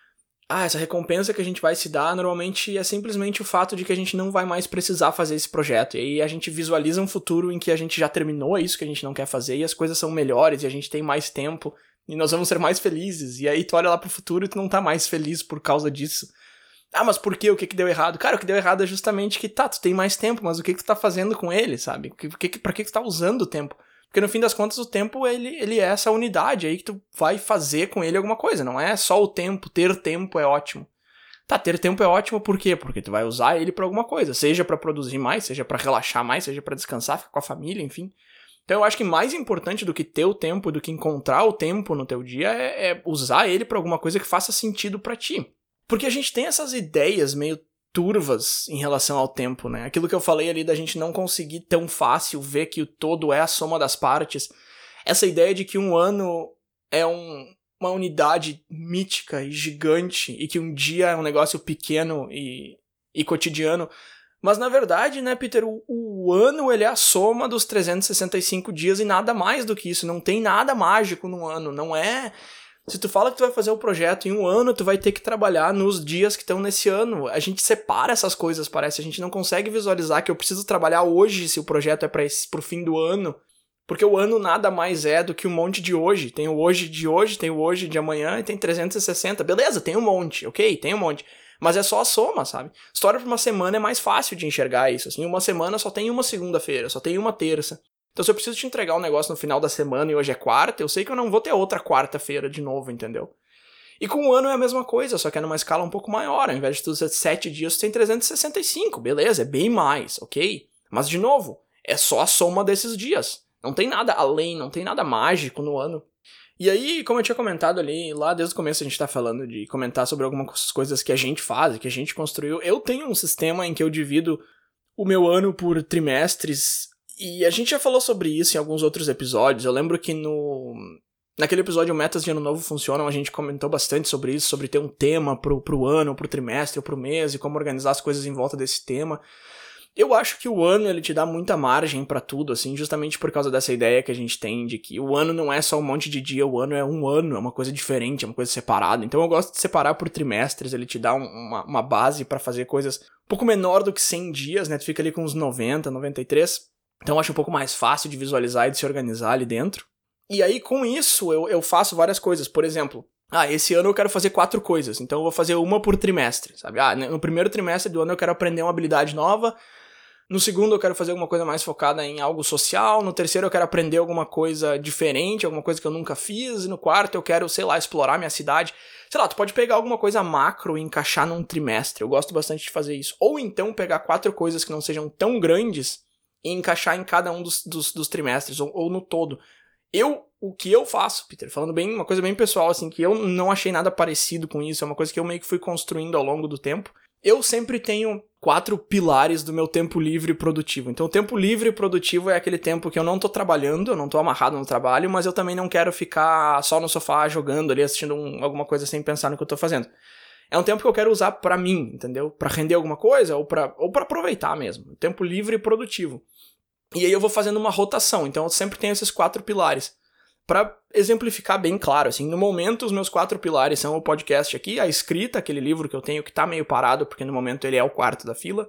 ah, essa recompensa que a gente vai se dar normalmente é simplesmente o fato de que a gente não vai mais precisar fazer esse projeto. E aí a gente visualiza um futuro em que a gente já terminou isso que a gente não quer fazer e as coisas são melhores e a gente tem mais tempo e nós vamos ser mais felizes. E aí tu olha lá pro futuro e tu não tá mais feliz por causa disso. Ah, mas por quê? O que que deu errado? Cara, o que deu errado é justamente que, tá, tu tem mais tempo, mas o que que tu tá fazendo com ele, sabe? O que, que, pra que que tu tá usando o tempo? Porque no fim das contas o tempo, ele, ele é essa unidade aí que tu vai fazer com ele alguma coisa, não é só o tempo, ter tempo é ótimo. Tá, ter tempo é ótimo por quê? Porque tu vai usar ele pra alguma coisa, seja pra produzir mais, seja pra relaxar mais, seja pra descansar, ficar com a família, enfim. Então eu acho que mais importante do que ter o tempo, do que encontrar o tempo no teu dia, é, é usar ele pra alguma coisa que faça sentido pra ti. Porque a gente tem essas ideias meio turvas em relação ao tempo, né? Aquilo que eu falei ali da gente não conseguir tão fácil ver que o todo é a soma das partes. Essa ideia de que um ano é um, uma unidade mítica e gigante e que um dia é um negócio pequeno e, e cotidiano. Mas na verdade, né, Peter, o, o ano ele é a soma dos trezentos e sessenta e cinco dias e nada mais do que isso. Não tem nada mágico no ano, não é... Se tu fala que tu vai fazer o projeto em um ano, tu vai ter que trabalhar nos dias que estão nesse ano. A gente separa essas coisas, parece. A gente não consegue visualizar que eu preciso trabalhar hoje se o projeto é para esse, pro fim do ano. Porque o ano nada mais é do que um monte de hoje. Tem o hoje de hoje, tem o hoje de amanhã e tem trezentos e sessenta. Beleza, tem um monte, ok? Tem um monte. Mas é só a soma, sabe? História pra uma semana é mais fácil de enxergar isso. Assim, uma semana só tem uma segunda-feira, só tem uma terça. Então se eu preciso te entregar um negócio no final da semana e hoje é quarta, eu sei que eu não vou ter outra quarta-feira de novo, entendeu? E com o ano é a mesma coisa, só que é numa escala um pouco maior. Ao invés de tu ter sete dias, tu tem trezentos e sessenta e cinco, beleza, é bem mais, ok? Mas de novo, é só a soma desses dias. Não tem nada além, não tem nada mágico no ano. E aí, como eu tinha comentado ali, lá desde o começo a gente tá falando de comentar sobre algumas coisas que a gente faz, que a gente construiu. Eu tenho um sistema em que eu divido o meu ano por trimestres. E a gente já falou sobre isso em alguns outros episódios. Eu lembro que no naquele episódio Metas de Ano Novo Funcionam, a gente comentou bastante sobre isso, sobre ter um tema pro, pro ano, pro trimestre ou pro mês e como organizar as coisas em volta desse tema. Eu acho que o ano ele te dá muita margem pra tudo, assim, justamente por causa dessa ideia que a gente tem de que o ano não é só um monte de dia, o ano é um ano, é uma coisa diferente, é uma coisa separada. Então eu gosto de separar por trimestres, ele te dá um, uma, uma base pra fazer coisas um pouco menor do que cem dias, né? Tu fica ali com uns noventa, noventa e três. Então eu acho um pouco mais fácil de visualizar e de se organizar ali dentro. E aí com isso eu, eu faço várias coisas. Por exemplo, ah, esse ano eu quero fazer quatro coisas, então eu vou fazer uma por trimestre, sabe? Ah, no primeiro trimestre do ano eu quero aprender uma habilidade nova. No segundo eu quero fazer alguma coisa mais focada em algo social. No terceiro eu quero aprender alguma coisa diferente, alguma coisa que eu nunca fiz. E no quarto eu quero, sei lá, explorar minha cidade. Sei lá, tu pode pegar alguma coisa macro e encaixar num trimestre. Eu gosto bastante de fazer isso. Ou então pegar quatro coisas que não sejam tão grandes e encaixar em cada um dos, dos, dos trimestres, ou, ou no todo. Eu, o que eu faço, Peter, falando bem, uma coisa bem pessoal, assim, que eu não achei nada parecido com isso, é uma coisa que eu meio que fui construindo ao longo do tempo. Eu sempre tenho quatro pilares do meu tempo livre produtivo. Então, o tempo livre produtivo é aquele tempo que eu não tô trabalhando, eu não tô amarrado no trabalho, mas eu também não quero ficar só no sofá jogando ali, assistindo um, alguma coisa sem pensar no que eu tô fazendo. É um tempo que eu quero usar pra mim, entendeu? Pra render alguma coisa ou pra, ou pra aproveitar mesmo. Tempo livre e produtivo. E aí eu vou fazendo uma rotação. Então eu sempre tenho esses quatro pilares. Pra exemplificar bem claro, assim, no momento os meus quatro pilares são o podcast aqui, a escrita, aquele livro que eu tenho que tá meio parado, porque no momento ele é o quarto da fila.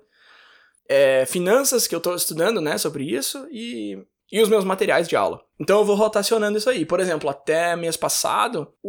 É, finanças, que eu tô estudando, né, sobre isso, e, e os meus materiais de aula. Então eu vou rotacionando isso aí. Por exemplo, até mês passado, o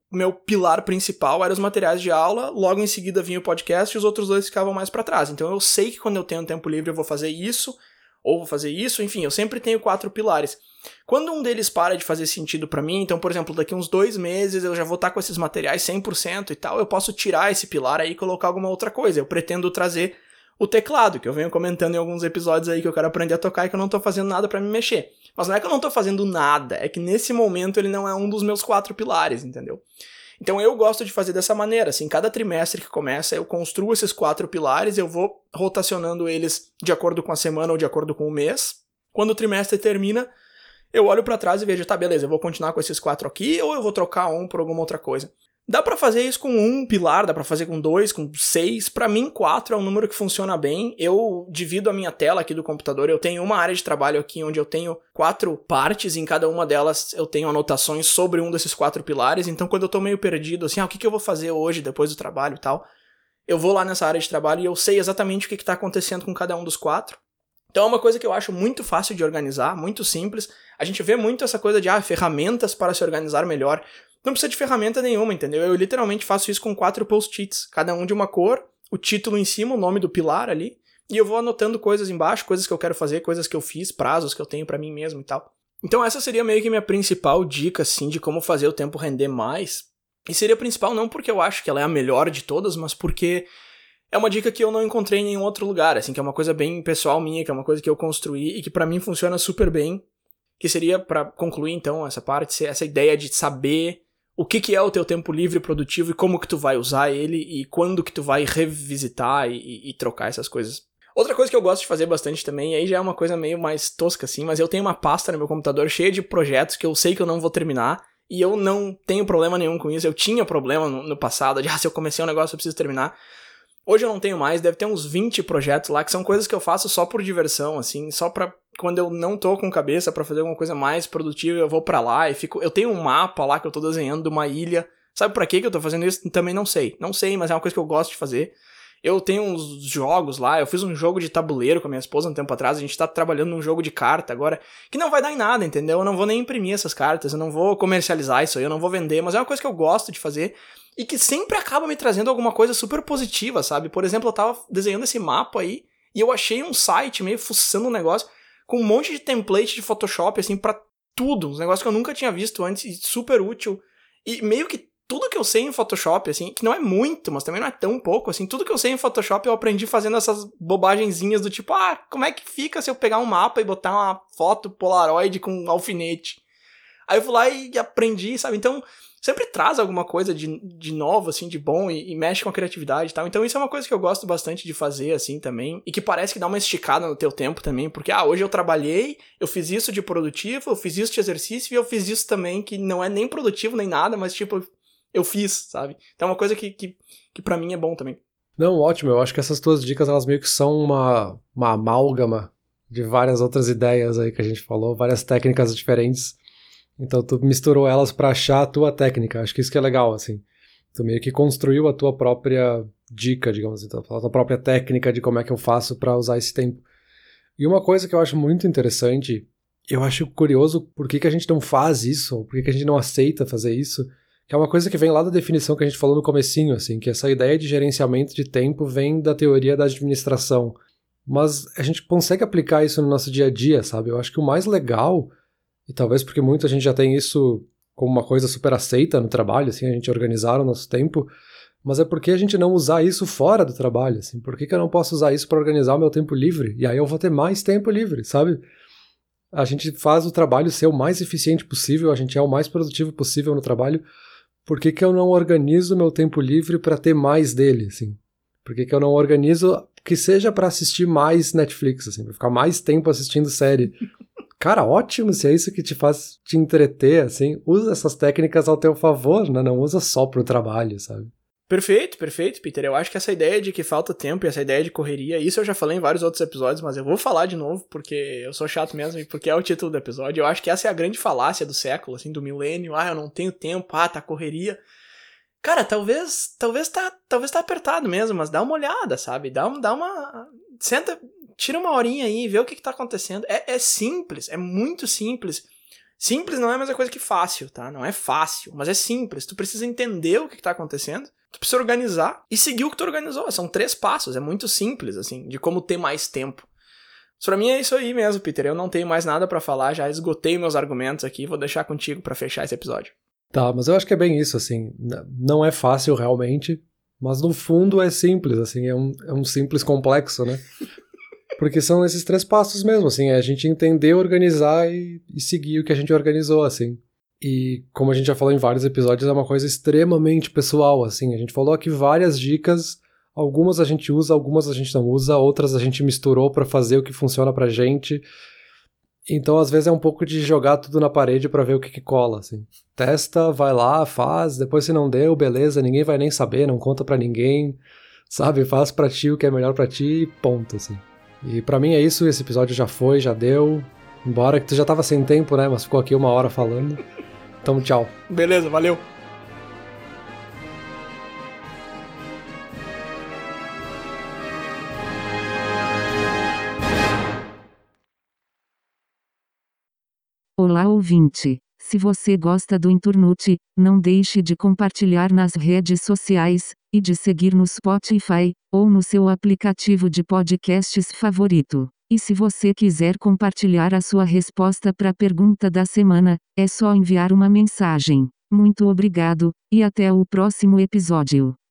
meu pilar principal eram os materiais de aula, logo em seguida vinha o podcast e os outros dois ficavam mais pra trás. Então eu sei que quando eu tenho tempo livre eu vou fazer isso, ou vou fazer isso, enfim, eu sempre tenho quatro pilares. Quando um deles para de fazer sentido pra mim, então, por exemplo, daqui uns dois meses eu já vou estar com esses materiais cem por cento e tal, eu posso tirar esse pilar aí e colocar alguma outra coisa. Eu pretendo trazer o teclado, que eu venho comentando em alguns episódios aí que eu quero aprender a tocar e que eu não tô fazendo nada pra me mexer. Mas não é que eu não tô fazendo nada, é que nesse momento ele não é um dos meus quatro pilares, entendeu? Então eu gosto de fazer dessa maneira, assim, cada trimestre que começa eu construo esses quatro pilares, eu vou rotacionando eles de acordo com a semana ou de acordo com o mês. Quando o trimestre termina, eu olho pra trás e vejo, tá, beleza, eu vou continuar com esses quatro aqui ou eu vou trocar um por alguma outra coisa. Dá pra fazer isso com um pilar, dá pra fazer com dois, com seis. Pra mim, quatro é um número que funciona bem. Eu divido a minha tela aqui do computador. Eu tenho uma área de trabalho aqui onde eu tenho quatro partes. E em cada uma delas eu tenho anotações sobre um desses quatro pilares. Então, quando eu tô meio perdido, assim, ah, o que, que eu vou fazer hoje, depois do trabalho e tal, eu vou lá nessa área de trabalho e eu sei exatamente o que, que tá acontecendo com cada um dos quatro. Então é uma coisa que eu acho muito fácil de organizar, muito simples. A gente vê muito essa coisa de, ah, ferramentas para se organizar melhor. Não precisa de ferramenta nenhuma, entendeu? Eu literalmente faço isso com quatro post-its, cada um de uma cor, o título em cima, o nome do pilar ali, e eu vou anotando coisas embaixo, coisas que eu quero fazer, coisas que eu fiz, prazos que eu tenho pra mim mesmo e tal. Então essa seria meio que minha principal dica, assim, de como fazer o tempo render mais. E seria principal não porque eu acho que ela é a melhor de todas, mas porque é uma dica que eu não encontrei em nenhum outro lugar, assim, que é uma coisa bem pessoal minha, que é uma coisa que eu construí e que pra mim funciona super bem, que seria, pra concluir então essa parte, essa ideia de saber o que, que é o teu tempo livre produtivo e como que tu vai usar ele e quando que tu vai revisitar e, e trocar essas coisas. Outra coisa que eu gosto de fazer bastante também, e aí já é uma coisa meio mais tosca assim, mas eu tenho uma pasta no meu computador cheia de projetos que eu sei que eu não vou terminar e eu não tenho problema nenhum com isso. Eu tinha problema no, no passado de, ah, se eu comecei um negócio eu preciso terminar. Hoje eu não tenho mais, deve ter uns vinte projetos lá que são coisas que eu faço só por diversão, assim, só pra quando eu não tô com cabeça pra fazer alguma coisa mais produtiva, eu vou pra lá e fico... Eu tenho um mapa lá que eu tô desenhando de uma ilha. Sabe pra que que eu tô fazendo isso? Também não sei. Não sei, mas é uma coisa que eu gosto de fazer. Eu tenho uns jogos lá, eu fiz um jogo de tabuleiro com a minha esposa um tempo atrás, a gente tá trabalhando num jogo de carta agora, que não vai dar em nada, entendeu? Eu não vou nem imprimir essas cartas, eu não vou comercializar isso aí, eu não vou vender, mas é uma coisa que eu gosto de fazer e que sempre acaba me trazendo alguma coisa super positiva, sabe? Por exemplo, eu tava desenhando esse mapa aí e eu achei um site meio fuçando um negócio com um monte de template de Photoshop, assim, pra tudo. Um negócio que eu nunca tinha visto antes e super útil. E meio que tudo que eu sei em Photoshop, assim, que não é muito, mas também não é tão pouco, assim, tudo que eu sei em Photoshop eu aprendi fazendo essas bobagenzinhas do tipo, ah, como é que fica se eu pegar um mapa e botar uma foto Polaroid com um alfinete? Aí eu fui lá e aprendi, sabe? Então, sempre traz alguma coisa de, de novo, assim, de bom e, e mexe com a criatividade e tal. Então isso é uma coisa que eu gosto bastante de fazer, assim, também. E que parece que dá uma esticada no teu tempo também. Porque, ah, hoje eu trabalhei, eu fiz isso de produtivo, eu fiz isso de exercício e eu fiz isso também que não é nem produtivo nem nada, mas, tipo, eu fiz, sabe? Então é uma coisa que, que, que pra mim é bom também. Não, ótimo. Eu acho que essas tuas dicas, elas meio que são uma, uma amálgama de várias outras ideias aí que a gente falou, várias técnicas diferentes. Então tu misturou elas pra achar a tua técnica. Acho que isso que é legal, assim. Tu meio que construiu a tua própria dica, digamos assim, a tua própria técnica de como é que eu faço pra usar esse tempo. E uma coisa que eu acho muito interessante, eu acho curioso por que, que a gente não faz isso, ou por que, que a gente não aceita fazer isso, que é uma coisa que vem lá da definição que a gente falou no comecinho, assim, que essa ideia de gerenciamento de tempo vem da teoria da administração. Mas a gente consegue aplicar isso no nosso dia a dia, sabe? Eu acho que o mais legal... E talvez porque muita gente já tem isso como uma coisa super aceita no trabalho, assim, a gente organizar o nosso tempo, mas é porque a gente não usar isso fora do trabalho, assim, por que que eu não posso usar isso para organizar o meu tempo livre? E aí eu vou ter mais tempo livre, sabe? A gente faz o trabalho ser o mais eficiente possível, a gente é o mais produtivo possível no trabalho, por que que eu não organizo o meu tempo livre para ter mais dele, assim? Por que que eu não organizo que seja para assistir mais Netflix, assim, para ficar mais tempo assistindo série? Cara, ótimo, se é isso que te faz te entreter, assim, usa essas técnicas ao teu favor, né? Não usa só pro trabalho, sabe? Perfeito, perfeito, Peter. Eu acho que essa ideia de que falta tempo e essa ideia de correria, isso eu já falei em vários outros episódios, mas eu vou falar de novo porque eu sou chato mesmo e porque é o título do episódio. Eu acho que essa é a grande falácia do século, assim, do milênio. Ah, eu não tenho tempo, ah, tá correria. Cara, talvez, talvez tá, talvez tá apertado mesmo, mas dá uma olhada, sabe? Dá, dá uma... Senta... Tira uma horinha aí e vê o que, que tá acontecendo. É, é simples, é muito simples Simples não é a mesma coisa que fácil, tá? Não é fácil, mas é simples. Tu precisa entender o que tá acontecendo, tu precisa organizar e seguir o que tu organizou. São três passos, é muito simples, assim, de como ter mais tempo. Mas pra mim é isso aí mesmo, Peter. Eu não tenho mais nada pra falar, já esgotei meus argumentos aqui, vou deixar contigo pra fechar esse episódio. Tá, mas eu acho que é bem isso, assim, não é fácil realmente, mas no fundo é simples, assim, é um, é um simples complexo, né? Porque são esses três passos mesmo, assim, é a gente entender, organizar e, e seguir o que a gente organizou, assim. E como a gente já falou em vários episódios, é uma coisa extremamente pessoal, assim, a gente falou aqui várias dicas, algumas a gente usa, algumas a gente não usa, outras a gente misturou pra fazer o que funciona pra gente. Então, às vezes é um pouco de jogar tudo na parede pra ver o que que cola, assim. Testa, vai lá, faz, depois se não deu, beleza, ninguém vai nem saber, não conta pra ninguém, sabe? Faz pra ti o que é melhor pra ti e ponto, assim. E pra mim é isso, esse episódio já foi, já deu. Embora que tu já tava sem tempo, né? Mas ficou aqui uma hora falando. Então, tchau. Beleza, valeu. Olá, ouvinte. Se você gosta do Inturnute, não deixe de compartilhar nas redes sociais e de seguir no Spotify ou no seu aplicativo de podcasts favorito. E se você quiser compartilhar a sua resposta para a pergunta da semana, é só enviar uma mensagem. Muito obrigado, e até o próximo episódio.